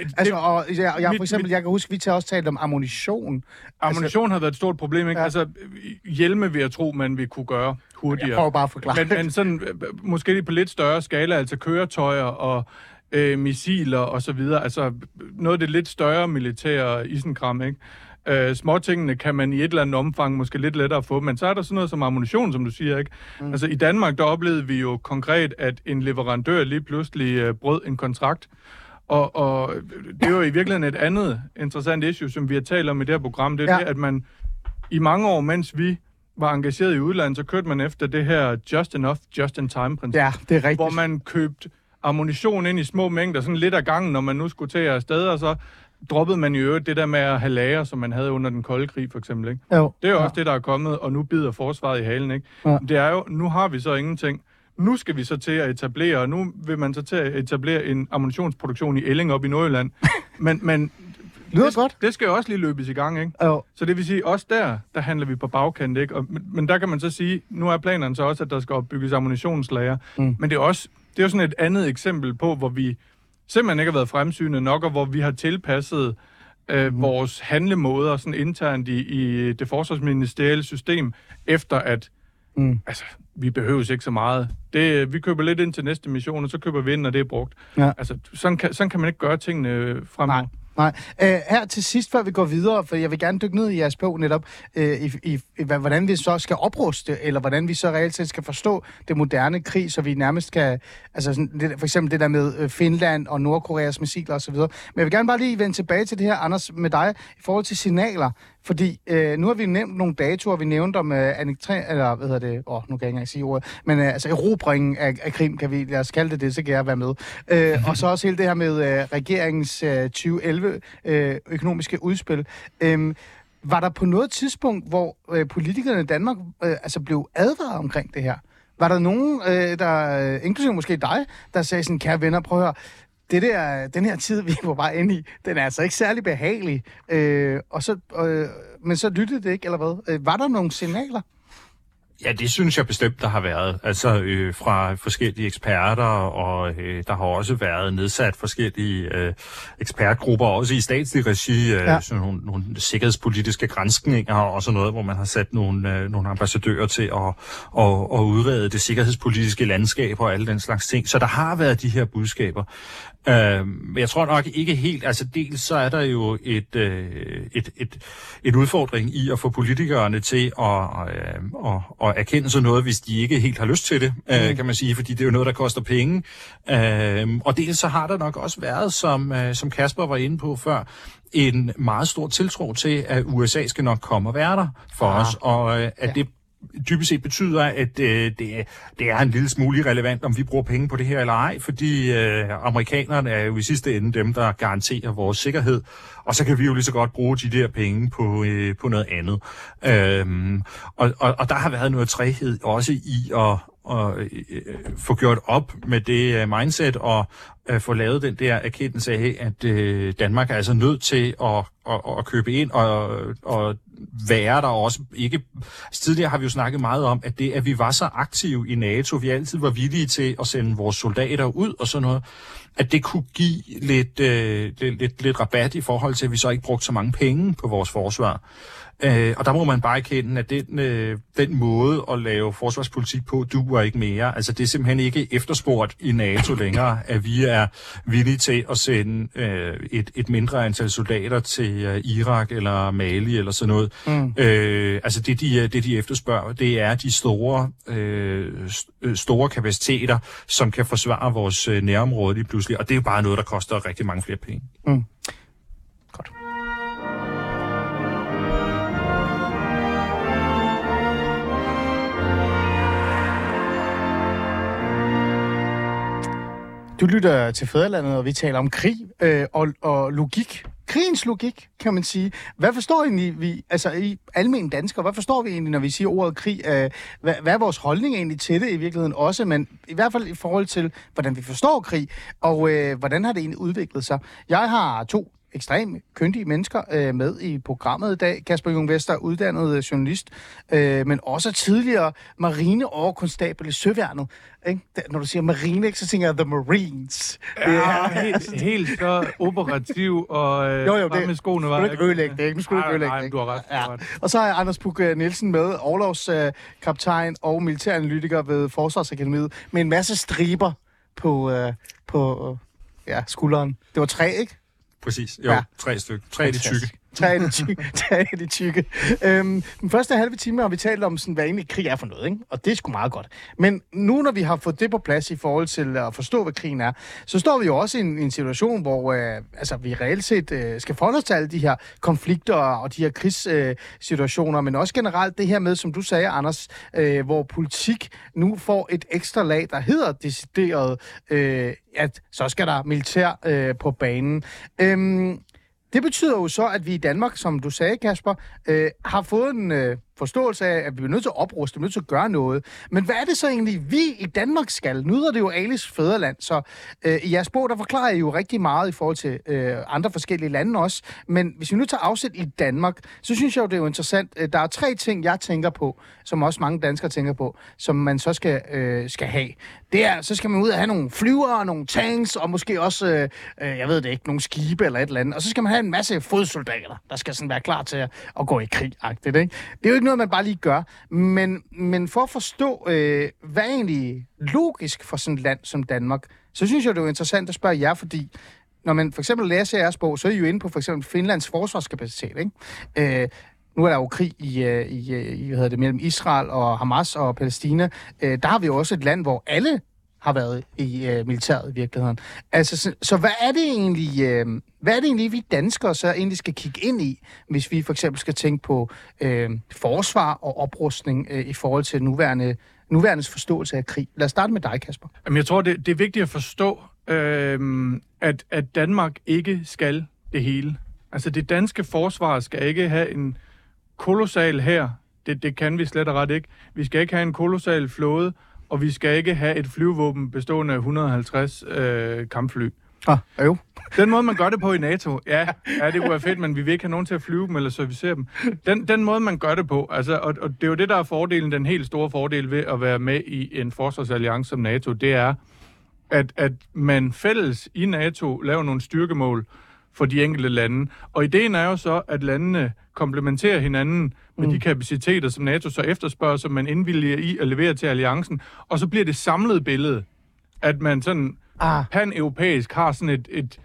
jeg kan huske, vi har også talt om ammunition. Ammunition har været et stort problem, ikke? Ja. Altså, hjelme vil jeg tro, man vil kunne gøre hurtigere. Jeg prøver bare at forklare. Men sådan, måske lige på lidt større skala, altså køretøjer og missiler og så videre, altså noget af det lidt større militære isenkram, ikke? Småtingene kan man i et eller andet omfang måske lidt lettere få, men så er der sådan noget som ammunition, som du siger, ikke? Altså i Danmark, der oplevede vi jo konkret, at en leverandør lige pludselig brød en kontrakt, og det er jo i virkeligheden et andet interessant issue, som vi har talt om i det her program, det er det, at man i mange år, mens vi var engageret i udlandet, så kørte man efter det her just enough, just in time princip. Ja, det er rigtigt. Hvor man købte ammunition ind i små mængder, sådan lidt ad gangen, når man nu skulle til afsted, og så droppede man jo det der med at have lager, som man havde under den kolde krig, for eksempel, ikke? Jo. Det er jo også det, der er kommet, og nu bider forsvaret i halen, ikke? Ja. Det er jo, nu har vi så ingenting. Nu skal vi så til at etablere, og nu vil man så til at etablere en ammunitionsproduktion i Elling op i Nordjylland. Men det skal jo også lige løbes i gang, ikke? Jo. Så det vil sige, også der handler vi på bagkant, ikke? Men der kan man så sige, nu er planerne så også, at der skal opbygges ammunitionslager. Men det er jo sådan et andet eksempel på, hvor vi simpelthen ikke har været fremsynet nok, og hvor vi har tilpasset vores handlemåder sådan internt i det forsvarsministerielle system, efter at altså, vi behøves ikke så meget. Vi køber lidt ind til næste mission, og så køber vi ind, når det er brugt. Ja. Altså, sådan kan man ikke gøre tingene fremover. Nej. Her til sidst, før vi går videre, for jeg vil gerne dykke ned i jeres bog netop, hvordan vi så skal opruste, eller hvordan vi så reelt set skal forstå det moderne krig, så vi nærmest skal, altså sådan, for eksempel det der med Finland og Nordkoreas missiler osv. Men jeg vil gerne bare lige vende tilbage til det her, Anders, med dig, i forhold til signaler. Fordi nu har vi nævnt nogle datoer, vi nævnte om nu kan jeg ikke engang sige ordet, men altså erobringen af Krim, kan vi lad os kalde det, så kan jeg være med. Og så også hele det her med regeringens 2011 økonomiske udspil. Var der på noget tidspunkt, hvor politikerne i Danmark blev advaret omkring det her? Var der nogen, der, inklusive måske dig, der sagde sådan, kære venner, prøv at høre, den her tid, vi var bare inde i, den er altså ikke særlig behagelig. Men så lyttede det ikke, eller hvad? Var der nogle signaler? Ja, det synes jeg bestemt, der har været. Altså fra forskellige eksperter, og der har også været nedsat forskellige ekspertgrupper, også i statslig regi, sådan nogle sikkerhedspolitiske granskninger og sådan noget, hvor man har sat nogle ambassadører til at udrede det sikkerhedspolitiske landskab og alle den slags ting. Så der har været de her budskaber. Jeg tror nok ikke helt, altså dels så er der jo et udfordring i at få politikerne til at erkende sådan noget, hvis de ikke helt har lyst til det, kan man sige, fordi det er jo noget, der koster penge. Og dels så har der nok også været, som Kasper var inde på før, en meget stor tiltro til, at USA skal nok komme og være der for os, og at dybest set betyder, at det er en lille smule irrelevant, om vi bruger penge på det her eller ej, fordi amerikanerne er jo i sidste ende dem, der garanterer vores sikkerhed, og så kan vi jo lige så godt bruge de der penge på noget andet. Og der har været noget træhed også i at få gjort op med det mindset og få lavet den der erkendelse af, at Danmark er altså nødt til at købe ind og være der også. Ikke. Tidligere har vi jo snakket meget om, at det, at vi var så aktive i NATO, vi altid var villige til at sende vores soldater ud og sådan noget, at det kunne give lidt rabat i forhold til, at vi så ikke brugte så mange penge på vores forsvar. Og der må man bare erkende, at den måde at lave forsvarspolitik på, duer ikke mere. Altså det er simpelthen ikke efterspurgt i NATO længere, at vi er villige til at sende et mindre antal soldater til Irak eller Mali eller sådan noget. Altså det de efterspørger, det er de store kapaciteter, som kan forsvare vores nærområde lige pludselig. Og det er jo bare noget, der koster rigtig mange flere penge. Godt. Du lytter til Fædrelandet, og vi taler om krig og logik. Krigens logik, kan man sige. Hvad forstår egentlig i almindelige danskere, hvad forstår vi egentlig, når vi siger ordet krig? Hvad er vores holdning egentlig til det i virkeligheden også, men i hvert fald i forhold til, hvordan vi forstår krig, og hvordan har det egentlig udviklet sig? Jeg har 2 ekstremt kyndige mennesker med i programmet i dag. Kasper Jung Vester, uddannet journalist, men også tidligere marineoverkonstabel i Søværnet. Ikke? Når du siger marine, så tænker jeg The Marines. Ja, helt så operativ og med skoene var. Nu skulle du ikke ødelægge det, ikke? Nu skulle du ikke ødelægge det, ikke? Du har ret. Ja. Og så har jeg Anders Puk Nielsen med, orlogskaptajn og militæranalytiker ved Forsvarsakademiet, med en masse striber på skulderen. Det var 3, ikke? Præcis. Jo, 3 stykker. 3 af de tykke. 3 af de tykke. Den første halve time har vi talt om, sådan, hvad egentlig krig er for noget, ikke? Og det er sgu meget godt. Men nu, når vi har fået det på plads i forhold til at forstå, hvad krigen er, så står vi jo også i en situation, hvor vi reelt set skal forholde os til alle de her konflikter og de her krigssituationer, men også generelt det her med, som du sagde, Anders, hvor politik nu får et ekstra lag, der hedder decideret, at så skal der militær på banen. Det betyder jo så, at vi i Danmark, som du sagde, Kasper, har fået en forståelse af, at vi er nødt til at opruste, vi er nødt til at gøre noget. Men hvad er det så egentlig, vi i Danmark skal? Nu er det jo Alis fædreland, så i jeres bog, der forklarer I jo rigtig meget i forhold til andre forskellige lande også. Men hvis vi nu tager afsæt i Danmark, så synes jeg jo, det er jo interessant. Der er 3 ting, jeg tænker på, som også mange danskere tænker på, som man så skal have. Det er, så skal man ud og have nogle flyvere, nogle tanks, og måske også, jeg ved det ikke, nogle skibe eller et eller andet. Og så skal man have en masse fodsoldater, der skal sådan være klar til at gå i krig-agtigt, ikke? Det er jo ikke noget, man bare lige gør. Men for at forstå, hvad er egentlig logisk for sådan et land som Danmark, så synes jeg, det er interessant at spørge jer, fordi når man for eksempel læser jeres bog, så er I jo inde på for eksempel Finlands forsvarskapacitet, ikke? Nu er der jo krig mellem Israel og Hamas og Palæstina. Der har vi jo også et land, hvor alle har været i militæret i virkeligheden. Altså, så hvad er det egentlig, vi danskere så egentlig skal kigge ind i, hvis vi for eksempel skal tænke på forsvar og oprustning i forhold til nuværendens forståelse af krig? Lad os starte med dig, Kasper. Jamen, jeg tror, det er vigtigt at forstå, at Danmark ikke skal det hele. Altså, det danske forsvar skal ikke have en kolossal hær. Det kan vi slet og ret ikke. Vi skal ikke have en kolossal flåde, og vi skal ikke have et flyvevåben bestående af 150 kampfly. Jo. Den måde, man gør det på i NATO, ja, det kunne være fedt, men vi vil ikke have nogen til at flyve dem eller servicere dem. Den måde, man gør det på, altså, og det er jo det, der er fordelen, den helt store fordel ved at være med i en forsvarsalliance som NATO, det er, at man fælles i NATO laver nogle styrkemål for de enkelte lande. Og ideen er jo så, at landene komplementerer hinanden med de kapaciteter, som NATO så efterspørger, som man indvilliger i at levere til alliancen. Og så bliver det samlede billede, at man sådan pan-europæisk har sådan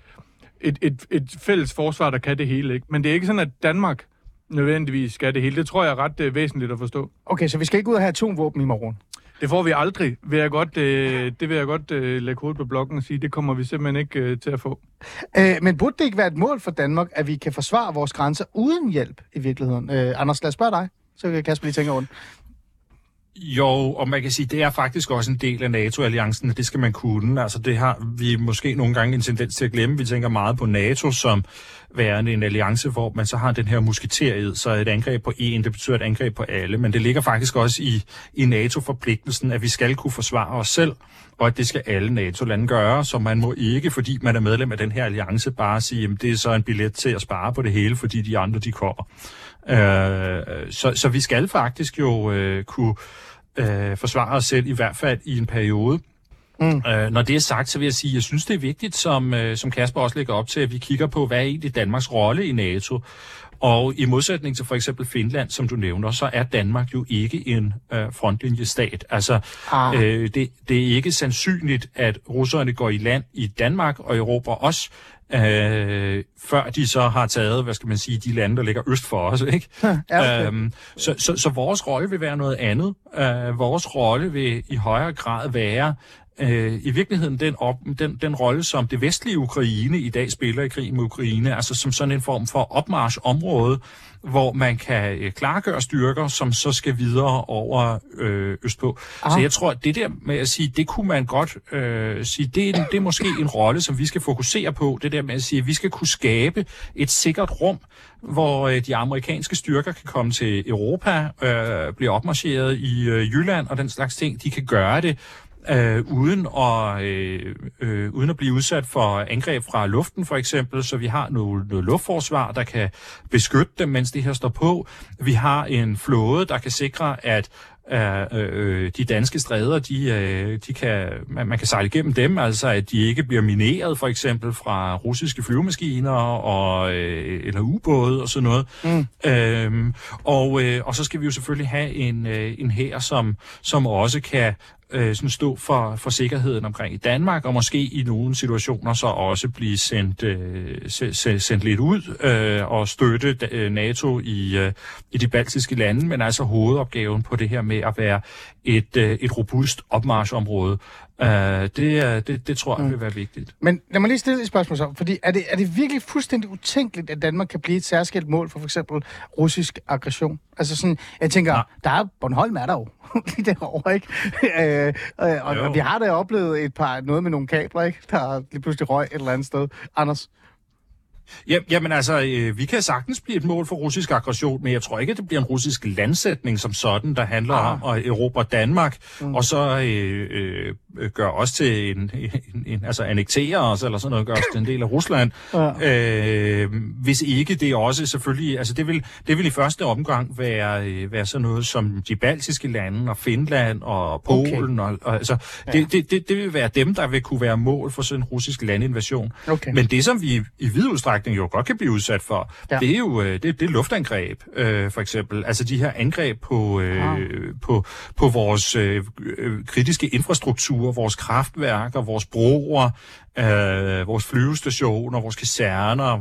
et fælles forsvar, der kan det hele, ikke? Men det er ikke sådan, at Danmark nødvendigvis skal det hele. Det tror jeg er ret væsentligt at forstå. Okay, så vi skal ikke ud og have atomvåben i morgen? Det får vi aldrig, det vil jeg godt lægge hovedet på blokken og sige, det kommer vi simpelthen ikke til at få. Men burde det ikke være et mål for Danmark, at vi kan forsvare vores grænser uden hjælp i virkeligheden? Anders, lad os spørge dig, så kan Kasper lige tænke over det. Jo, og man kan sige, det er faktisk også en del af NATO-alliancen, og det skal man kunne. Altså det har vi måske nogle gange en tendens til at glemme. Vi tænker meget på NATO som værende en alliance, hvor man så har den her musketeriet, så et angreb på en, det betyder et angreb på alle. Men det ligger faktisk også i NATO-forpligtelsen, at vi skal kunne forsvare os selv, og at det skal alle NATO-lande gøre, så man må ikke, fordi man er medlem af den her alliance, bare sige, at det er så en billet til at spare på det hele, fordi de andre, de kommer. Så vi skal faktisk jo kunne forsvare os selv, i hvert fald i en periode. Når det er sagt, så vil jeg sige, at jeg synes, det er vigtigt, som Kasper også lægger op til, at vi kigger på, hvad er egentlig Danmarks rolle i NATO. Og i modsætning til for eksempel Finland, som du nævner, så er Danmark jo ikke en frontlinjestat. Altså, det er ikke sandsynligt, at russerne går i land i Danmark og Europa også, før de så har taget, hvad skal man sige, de lande, der ligger øst for os, ikke? Så vores rolle vil være noget andet. Vores rolle vil i højere grad være i virkeligheden den rolle, som det vestlige Ukraine i dag spiller i krigen med Ukraine, altså som sådan en form for opmarchområde, hvor man kan klargøre styrker, som så skal videre over østpå. Så jeg tror, at det der med at sige, det kunne man godt sige, det er måske en rolle, som vi skal fokusere på, det der med at sige, at vi skal kunne skabe et sikkert rum, hvor de amerikanske styrker kan komme til Europa, blive opmarcheret i Jylland og den slags ting. De kan gøre det uden at blive udsat for angreb fra luften, for eksempel, så vi har noget luftforsvar, der kan beskytte dem, mens det her står på. Vi har en flåde, der kan sikre, at de danske stræder, man kan sejle igennem dem, altså at de ikke bliver mineret, for eksempel fra russiske flyvemaskiner eller ubåde og sådan noget. Og så skal vi jo selvfølgelig have en hær, som også kan sådan stå for sikkerheden omkring i Danmark, og måske i nogle situationer så også blive sendt lidt ud og støtte NATO i de baltiske lande, men altså hovedopgaven på det her med at være et robust opmarchområde. Det tror jeg vil være vigtigt. Men lad mig lige stille et spørgsmål så, fordi er det virkelig fuldstændig utænkeligt, at Danmark kan blive et særskilt mål for eksempel russisk aggression? Altså sådan, jeg tænker, der er Bornholm er der jo lige derovre, ikke? Og vi har da oplevet noget med nogle kabler, ikke? Der lige pludselig røg et eller andet sted. Anders? Jamen altså, vi kan sagtens blive et mål for russisk aggression, men jeg tror ikke, at det bliver en russisk landsætning som sådan, der handler om at erobre Danmark, og så gør os til altså annektere os, eller sådan noget, gør os til en del af Rusland. Hvis ikke det også selvfølgelig, altså det vil i første omgang være sådan noget som de baltiske lande, og Finland, og Polen, og altså, det vil være dem, der vil kunne være mål for sådan en russisk landinvasion. Men det, som vi i vid udstrækning jo godt kan blive udsat for, det er jo det er luftangreb, for eksempel. Altså de her angreb på vores kritiske infrastruktur, vores kraftværker, vores broer, vores flyvestationer, vores kaserner,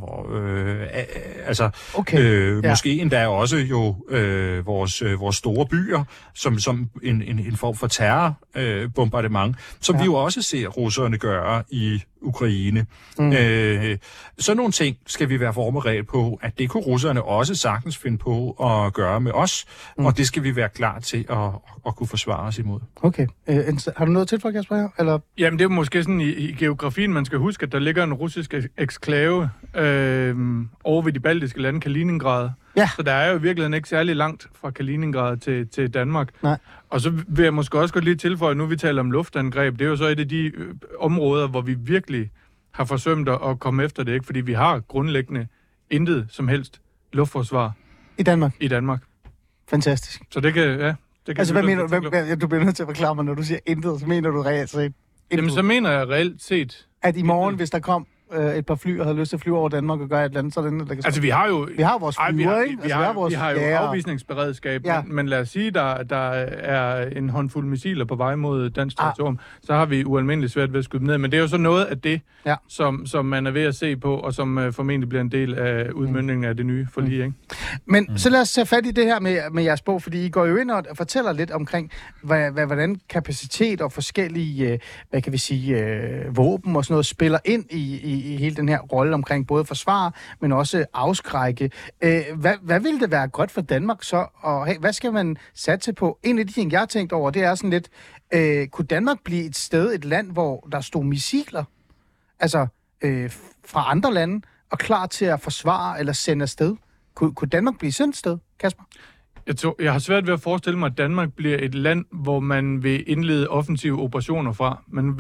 måske endda også jo vores store byer, som en form for terrorbombardement, som vi jo også ser russerne gøre i Ukraine. Sådan nogle ting skal vi være forberedt på, at det kunne russerne også sagtens finde på at gøre med os, og det skal vi være klar til at kunne forsvare os imod. Okay. Har du noget til for, Kasper? Eller? Jamen, det er måske sådan i geografien, man skal huske, at der ligger en russisk eksklave over ved de baltiske lande, Kaliningrad. Ja. Så der er jo i virkeligheden ikke særlig langt fra Kaliningrad til Danmark. Nej. Og så vil jeg måske også godt lige tilføje, nu vi taler om luftangreb, det er jo så et af de områder, hvor vi virkelig har forsømt at komme efter det, ikke? Fordi vi har grundlæggende intet som helst luftforsvar. I Danmark? I Danmark. Fantastisk. Så det kan, ja. Det kan altså, hvad mener du? Du bliver nødt til at forklare mig, når du siger intet, så mener du reelt set? Jamen, så mener jeg reelt set... At i morgen, hvis der kom et par fly og havde lyst til at flyve over Danmark og gøre et eller andet, så er det, der kan... Altså, vi har jo... Vi har vores flyver, ikke? Vi har jo afvisningsberedskab, men lad os sige, der er en håndfuld missiler på vej mod dansk territorium, så har vi ualmindeligt svært ved at skyde ned. Men det er jo så noget af det, som man er ved at se på, og som formentlig bliver en del af udmøntningen af det nye forlig, ikke? Men så lad os tage fat i det her med jeres bog, fordi I går jo ind og fortæller lidt omkring, hvordan kapacitet og forskellige, hvad kan vi sige, våben og sådan noget spiller ind i i hele den her rolle omkring både forsvar, men også afskrække. Hvad ville det være godt for Danmark så? Og hvad skal man satse på? En af de ting, jeg har tænkt over, det er sådan lidt, kunne Danmark blive et sted, et land, hvor der stod missiler, altså fra andre lande, og klar til at forsvare eller sende afsted? Kunne Danmark blive sådan et sted, Kasper? Jeg har svært ved at forestille mig, at Danmark bliver et land, hvor man vil indlede offensive operationer fra. Men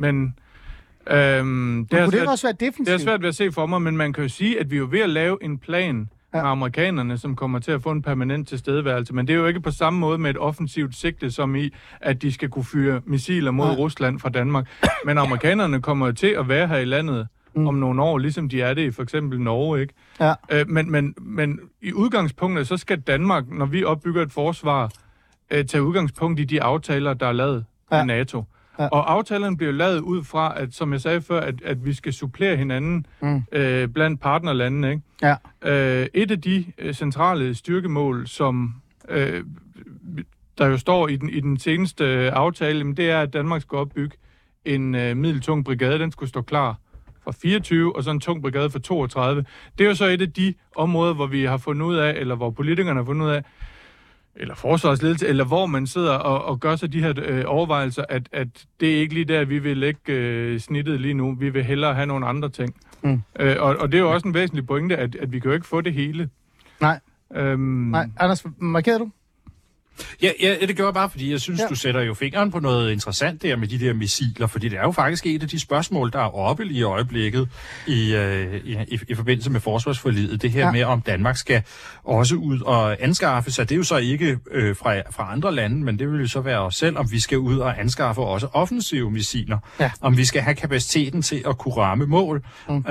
det også være defensivt? Det er svært ved at se for mig, men man kan jo sige, at vi er jo ved at lave en plan med amerikanerne, som kommer til at få en permanent tilstedeværelse. Men det er jo ikke på samme måde med et offensivt sigte, som i, at de skal kunne fyre missiler mod Rusland fra Danmark. Men amerikanerne kommer jo til at være her i landet om nogle år, ligesom de er det i for eksempel Norge, ikke? Ja. Men i udgangspunktet, så skal Danmark, når vi opbygger et forsvar, tage udgangspunkt i de aftaler, der er lavet med NATO. Ja. Og aftalerne bliver lavet ud fra, at, som jeg sagde før, at vi skal supplere hinanden blandt partnerlandene, ikke? Ja. Et af de centrale styrkemål, som der jo står i den seneste aftale, det er, at Danmark skal opbygge en middeltung brigade. Den skulle stå klar fra 24, og så en tung brigade for 32. Det er jo så et af de områder, hvor vi har fundet ud af, eller hvor politikerne har fundet ud af, eller forsvarsledelse, eller hvor man sidder og gør sig de her overvejelser, at det er ikke lige der, vi vil lægge snittet lige nu. Vi vil hellere have nogle andre ting. Og det er jo også en væsentlig pointe, at vi kan jo ikke få det hele. Nej. Nej. Anders, markerer du? Ja, det gør jeg bare, fordi jeg synes, du sætter jo fingeren på noget interessant der med de der missiler, fordi det er jo faktisk et af de spørgsmål, der er oppe lige i øjeblikket i forbindelse med forsvarsforliget. Det her med, om Danmark skal også ud og anskaffe sig. Det er jo så ikke fra andre lande, men det vil jo så være os selv, om vi skal ud og anskaffe også offensive missiler. Ja. Om vi skal have kapaciteten til at kunne ramme mål,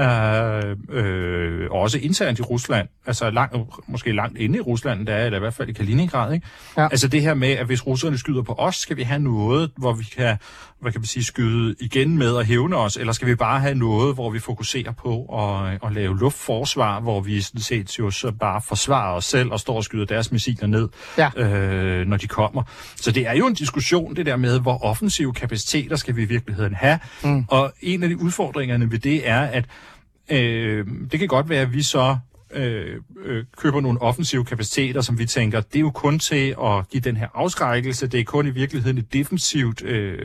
også internt i Rusland. Altså måske langt inde i Rusland, der er det i hvert fald i Kaliningrad, ikke? Ja. Altså det her med, at hvis russerne skyder på os, skal vi have noget, hvor vi kan, skyde igen med og hævne os, eller skal vi bare have noget, hvor vi fokuserer på at lave luftforsvar, hvor vi sådan set jo så bare forsvarer os selv og står og skyder deres missiler ned, når de kommer. Så det er jo en diskussion, det der med, hvor offensive kapaciteter skal vi i virkeligheden have. Og en af de udfordringerne ved det er, at det kan godt være, at vi så køber nogle offensive kapaciteter, som vi tænker, det er jo kun til at give den her afskrækkelse, det er kun i virkeligheden et defensivt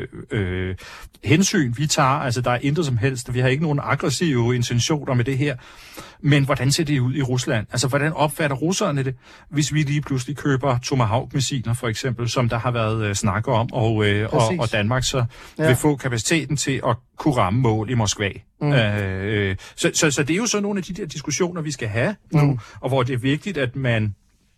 hensyn, vi tager, altså der er intet som helst, vi har ikke nogen aggressive intentioner med det her, men hvordan ser det ud i Rusland? Altså hvordan opfatter russerne det, hvis vi lige pludselig køber Tomahawk-missiler for eksempel, som der har været snak om, og Danmark så vil få kapaciteten til at kunne ramme mål i Moskva. Så det er jo så nogle af de der diskussioner, vi skal have nu, og hvor det er vigtigt, at man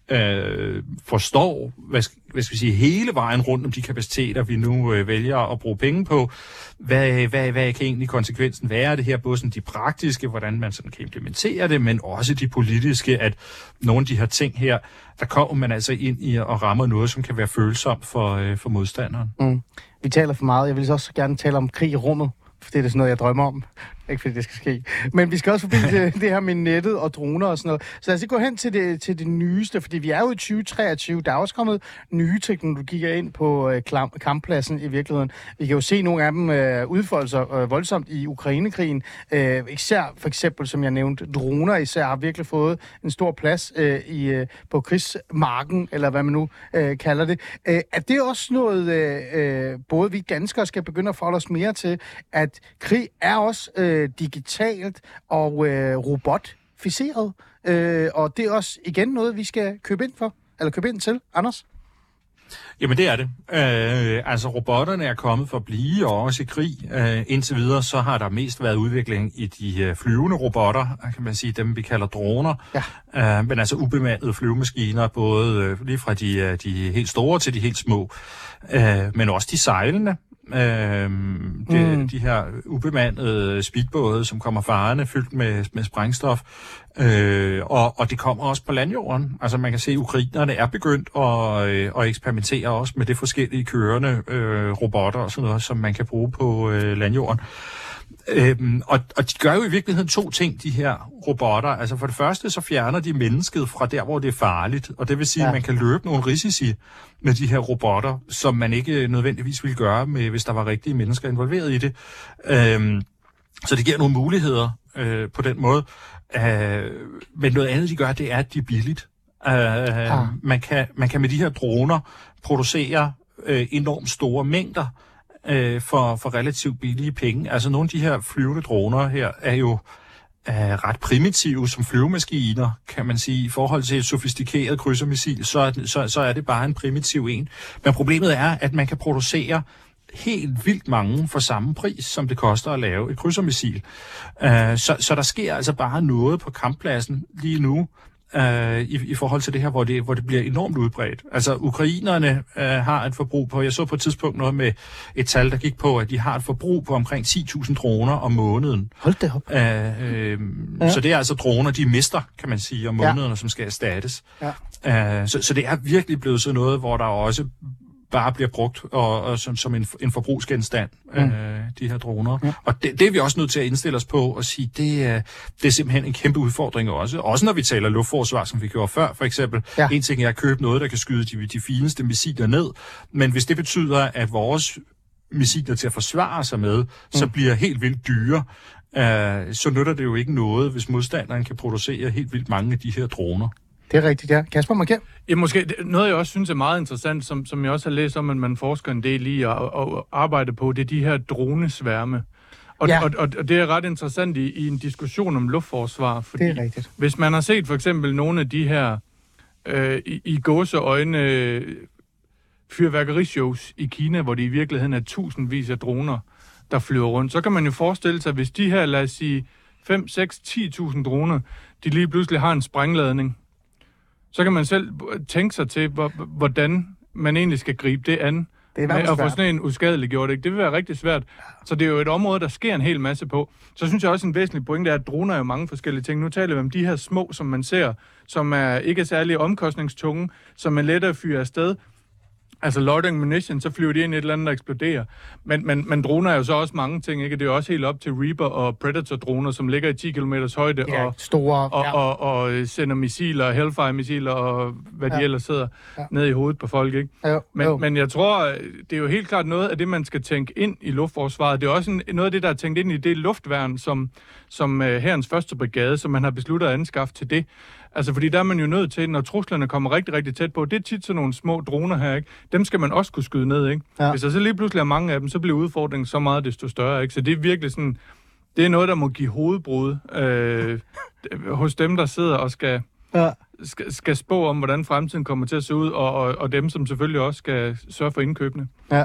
forstår, hvad skal vi sige, hele vejen rundt om de kapaciteter, vi nu vælger at bruge penge på. Hvad kan egentlig konsekvensen være af det her? Både sådan de praktiske, hvordan man sådan kan implementere det, men også de politiske, at nogle af de her ting her, der kommer man altså ind i og rammer noget, som kan være følsomt for modstanderen. Vi taler for meget. Jeg vil også gerne tale om krig i rummet. For det er sådan noget, jeg drømmer om. Ikke fordi det skal ske. Men vi skal også forbi det her med nettet og droner og sådan noget. Så lad os gå hen til det nyeste, fordi vi er jo i 2023. Der er også kommet nye teknologier ind på kamppladsen i virkeligheden. Vi kan jo se nogle af dem udfolde sig voldsomt i Ukrainekrigen. Især for eksempel, som jeg nævnte, droner især har virkelig fået en stor plads på krigsmarken, eller hvad man nu kalder det. Er det også noget, både vi danskere skal begynde at forholde os mere til, at krig er også digitalt og robotficeret, og det er også igen noget, vi skal købe ind til, Anders? Jamen det er det. Altså robotterne er kommet for at blive, og også i krig. Indtil videre, så har der mest været udvikling i de flyvende robotter, kan man sige, dem vi kalder droner. Ja. Men altså ubemandede flyvemaskiner, både lige fra de helt store til de helt små, men også de sejlende. De her ubemandede speedbåde, som kommer farende, fyldt med sprængstof, og det kommer også på landjorden. Altså man kan se, at ukrainerne er begyndt at eksperimentere også med det forskellige kørende robotter og sådan noget, som man kan bruge på landjorden. Og de gør jo i virkeligheden to ting, de her robotter. Altså for det første, så fjerner de mennesket fra der, hvor det er farligt. Og det vil sige, at man kan løbe nogle risici med de her robotter, som man ikke nødvendigvis ville gøre, hvis der var rigtige mennesker involveret i det. Så det giver nogle muligheder på den måde. Men noget andet, de gør, det er, at de er billigt. Man kan med de her droner producere enormt store mængder for relativt billige penge. Altså nogle af de her flyvende droner her er jo ret primitive som flyvemaskiner, kan man sige. I forhold til et sofistikeret krydsermissil, så er det bare en primitiv en. Men problemet er, at man kan producere helt vildt mange for samme pris, som det koster at lave et krydsermissil. Så der sker altså bare noget på kamppladsen lige nu, i forhold til det her, hvor det bliver enormt udbredt. Altså, ukrainerne har et forbrug på, jeg så på et tidspunkt noget med et tal, der gik på, at de har et forbrug på omkring 10.000 droner om måneden. Hold da op. Så det er altså droner, de mister, kan man sige, om måneden, som skal erstattes. Ja. Så det er virkelig blevet sådan noget, hvor der også bare bliver brugt og som en forbrugsgenstand, de her droner. Ja. Og det er vi også nødt til at indstille os på og sige, det er simpelthen en kæmpe udfordring også. Også når vi taler luftforsvar, som vi gjorde før, for eksempel. Ja. En ting er at købe noget, der kan skyde de fineste missiler ned, men hvis det betyder, at vores missiler til at forsvare sig med, så bliver helt vildt dyre, så nytter det jo ikke noget, hvis modstanderen kan producere helt vildt mange af de her droner. Det er rigtigt, ja. Kasper Marker? Ja, måske noget, jeg også synes er meget interessant, som jeg også har læst om, at man forsker en del i at arbejde på, det er de her dronesværme. Og det er ret interessant i en diskussion om luftforsvar, fordi det er rigtigt. Hvis man har set for eksempel nogle af de her i gåseøjne fyrværkerishows i Kina, hvor det i virkeligheden er tusindvis af droner, der flyver rundt, så kan man jo forestille sig, hvis de her, lad os sige, 5, 6, 10.000 droner, de lige pludselig har en sprængladning, så kan man selv tænke sig til, hvordan man egentlig skal gribe det an, med at få sådan en uskadeliggjort. Det vil være rigtig svært. Så det er jo et område, der sker en hel masse på. Så synes jeg også, en væsentlig pointe er, at droner er jo mange forskellige ting. Nu taler vi om de her små, som man ser, som er ikke særlig omkostningstunge, som man lettere fyrer afsted. Altså loitering munition, så flyver de ind i et eller andet, der eksploderer. Men droner er jo så også mange ting, ikke? Det er jo også helt op til Reaper og Predator-droner, som ligger i 10 km højde og sender missiler, Hellfire-missiler og hvad de ellers sidder ned i hovedet på folk, ikke? Men jeg tror, det er jo helt klart noget af det, man skal tænke ind i luftforsvaret. Det er også noget af det, der er tænkt ind i det luftværn, som hærens første brigade, som man har besluttet at anskaffe til det. Altså, fordi der er man jo nødt til, når truslerne kommer rigtig, rigtig tæt på, det er tit sådan nogle små droner her, ikke? Dem skal man også kunne skyde ned, ikke? Ja. Hvis der så lige pludselig er mange af dem, så bliver udfordringen så meget desto større, ikke? Så det er virkelig sådan, det er noget, der må give hovedbrud hos dem, der sidder og skal spå om, hvordan fremtiden kommer til at se ud, og dem, som selvfølgelig også skal sørge for indkøbene. Ja.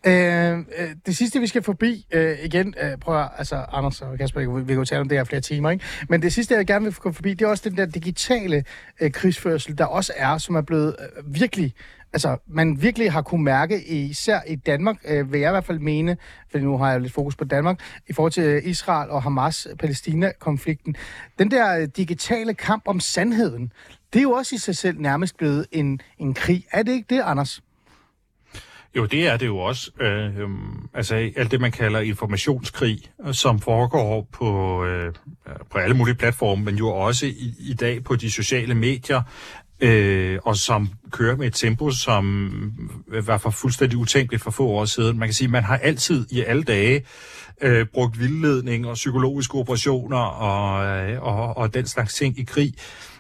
Det sidste, vi skal forbi igen, prøv at, altså Anders og Kasper, vi kan jo tale om det her flere timer, ikke? Men det sidste, jeg gerne vil gå forbi, det er også den der digitale krigsførsel, der også er, som er blevet virkelig, altså man virkelig har kunne mærke, især i Danmark, vil jeg i hvert fald mene, for nu har jeg lidt fokus på Danmark, i forhold til Israel og Hamas-Palæstina-konflikten. Den der digitale kamp om sandheden, det er jo også i sig selv nærmest blevet en krig. Er det ikke det, Anders? Jo, det er det jo også. Altså alt det, man kalder informationskrig, som foregår på alle mulige platforme, men jo også i dag på de sociale medier, og som kører med et tempo, som var for fuldstændig utænkeligt for få år siden. Man kan sige, at man har altid i alle dage brugt vildledning og psykologiske operationer og den slags ting i krig.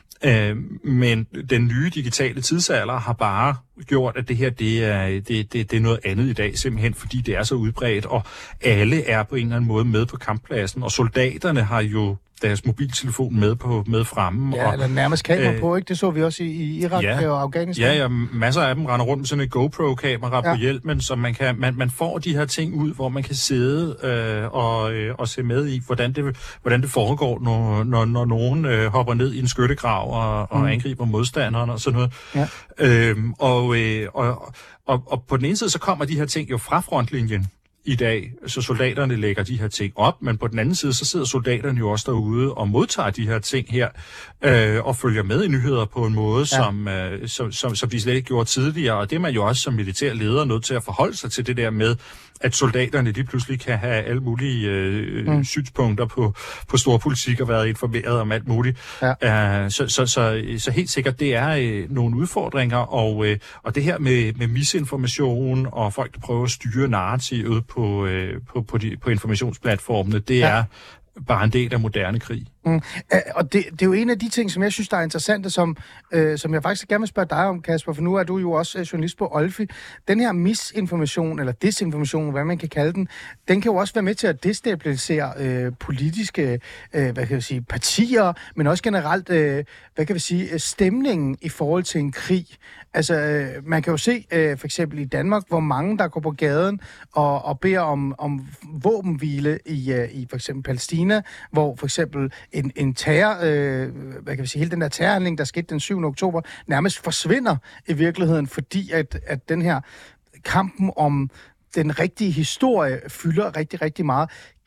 Men den nye digitale tidsalder har bare gjort, at det her det er noget andet i dag, simpelthen fordi det er så udbredt, og alle er på en eller anden måde med på kamppladsen, og soldaterne har jo deres mobiltelefon med fremme. Ja, eller nærmest kamera på, ikke? Det så vi også i Irak og Afghanistan. Ja, masser af dem render rundt med sådan et GoPro-kamera på hjelmen, så man får de her ting ud, hvor man kan sidde og se med i, hvordan det foregår, når nogen hopper ned i en skyttegrav og angriber modstanderen og sådan noget. Ja. Og på den ene side, så kommer de her ting jo fra frontlinjen i dag, så soldaterne lægger de her ting op, men på den anden side, så sidder soldaterne jo også derude og modtager de her ting her, og følger med i nyheder på en måde, som de slet ikke gjorde tidligere, og det er man jo også som militær leder nødt til at forholde sig til det der med, at soldaterne lige pludselig kan have alle mulige synspunkter på storpolitik og været informeret om alt muligt. Ja. Så helt sikkert, det er nogle udfordringer, og det her med misinformation og folk, der prøver at styre narrativet på informationsplatformene, det er bare en del af moderne krig. Og det er jo en af de ting, som jeg synes, der er interessante, som jeg faktisk gerne vil spørge dig om, Kasper, for nu er du jo også journalist på Olfi. Den her misinformation, eller desinformation, hvad man kan kalde den kan jo også være med til at destabilisere politiske partier, men også generelt stemningen i forhold til en krig. Altså, man kan jo se for eksempel i Danmark, hvor mange der går på gaden og beder om våbenhvile i for eksempel Palæstina, hvor for eksempel en terror, hele den der terrorhandling, der skete den 7. oktober, nærmest forsvinder i virkeligheden, fordi at den her kampen om den rigtige historie fylder rigtig, rigtig meget.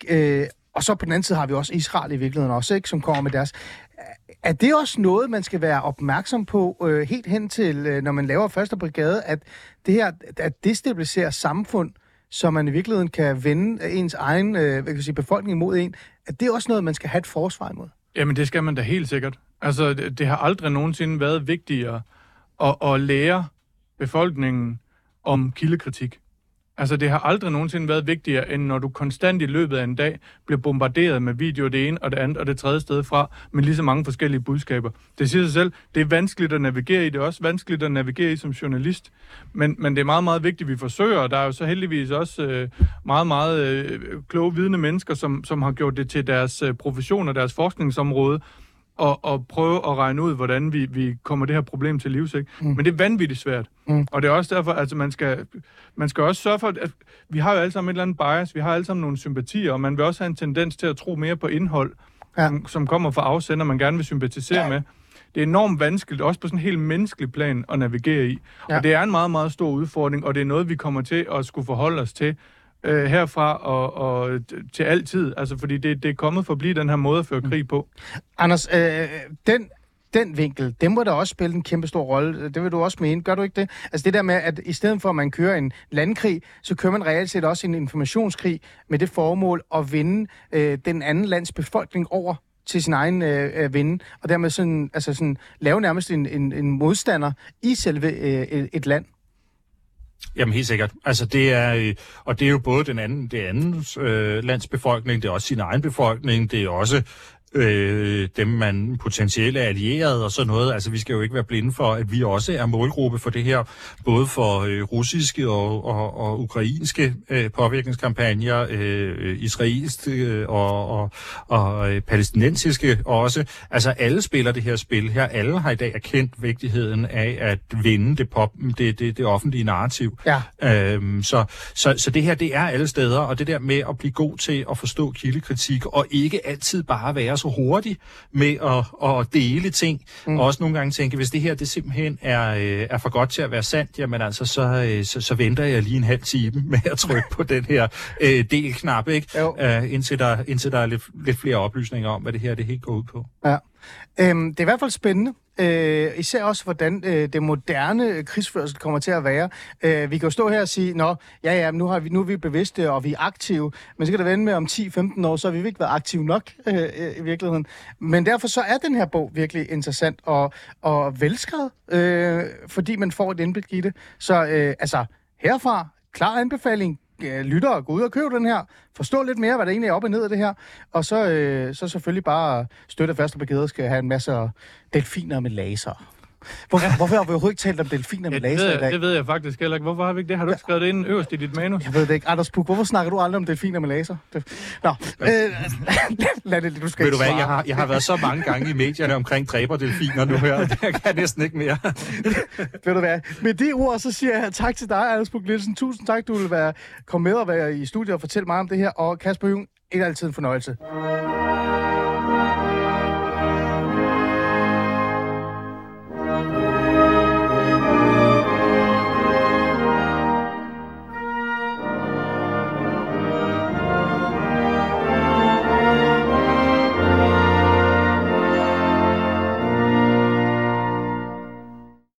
Og så på den anden side har vi også Israel i virkeligheden også, ikke, som kommer med deres. Er det også noget, man skal være opmærksom på helt hen til, når man laver første brigade, at det her at destabilisere samfund, så man i virkeligheden kan vende ens egen befolkning imod en, at det er også noget, man skal have et forsvar imod? Jamen, det skal man da helt sikkert. Altså, det har aldrig nogensinde været vigtigere at lære befolkningen om kildekritik. Altså, det har aldrig nogensinde været vigtigere, end når du konstant i løbet af en dag bliver bombarderet med video det ene og det andet og det tredje sted fra, med lige så mange forskellige budskaber. Det siger sig selv, det er vanskeligt at navigere i, det er også vanskeligt at navigere i som journalist, men det er meget, meget vigtigt, at vi forsøger, og der er jo så heldigvis også meget, meget kloge, vidende mennesker, som har gjort det til deres profession og deres forskningsområde, og prøve at regne ud, hvordan vi kommer det her problem til livs, ikke? Men det er vanvittigt svært. Og det er også derfor, altså man skal også sørge for, at vi har jo alle sammen et eller andet bias, vi har alle sammen nogle sympatier, og man vil også have en tendens til at tro mere på indhold, som kommer fra afsender, man gerne vil sympatisere med. Det er enormt vanskeligt, også på sådan en helt menneskelig plan, at navigere i. Og det er en meget, meget stor udfordring, og det er noget, vi kommer til at skulle forholde os til herfra og til altid. Altså, fordi det er kommet for at blive den her måde at føre krig på. Anders, den vinkel, den må da også spille en kæmpe stor rolle. Det vil du også mene. Gør du ikke det? Altså det der med, at i stedet for, at man kører en landkrig, så kører man reelt set også en informationskrig med det formål at vinde den anden lands befolkning over til sin egen vinde, og dermed sådan lave nærmest en modstander i selve et land. Jamen helt sikkert. Altså det er, og det er jo både det andens landsbefolkning, det er også sin egen befolkning, det er også dem, man potentielt er allieret og sådan noget. Altså vi skal jo ikke være blinde for, at vi også er målgruppe for det her, både for russiske og ukrainske påvirkningskampagner, israelske og palæstinensiske også. Altså alle spiller det her spil her. Alle har i dag erkendt vigtigheden af at vinde det offentlige narrativ. Ja. Så det her, det er alle steder, og det der med at blive god til at forstå kildekritik, og ikke altid bare være så hurtigt med at dele ting, og også nogle gange tænke, hvis det her det simpelthen er for godt til at være sandt, jamen altså, så venter jeg lige en halv time med at trykke på den her del-knap, ikke? Indtil der er lidt flere oplysninger om, hvad det her det helt går ud på. Ja. Det er i hvert fald spændende. Især også, hvordan det moderne krigsførsel kommer til at være. Vi kan jo stå her og sige, nu er vi bevidste, og vi er aktive, men så kan det vende med om 10-15 år, så har vi ikke været aktive nok i virkeligheden. Men derfor så er den her bog virkelig interessant og velskrevet, fordi man får et indblik i det. Så herfra, klar anbefaling. Lytter og gå ud og købe den her. Forstå lidt mere, hvad der egentlig er op og ned af det her. Og så selvfølgelig bare støtte første brigade skal have en masse delfiner med laser. Hvorfor har vi overhovedet ikke talt om delfiner med laser i dag? Det ved jeg faktisk heller ikke. Hvorfor har vi ikke det? Har du ikke skrevet det ind øverst i dit manus? Jeg ved det ikke. Anders Puk, hvorfor snakker du aldrig om delfiner med laser? Lad det, du skal ved du hvad, jeg har været så mange gange i medierne omkring dræberdelfiner nu her, og det kan jeg næsten ikke mere. Ved du hvad, med de ord, så siger jeg tak til dig, Anders Puk Nielsen. Tusind tak, du vil komme med og være i studiet og fortælle mig om det her. Og Kasper Jung, ikke altid en fornøjelse.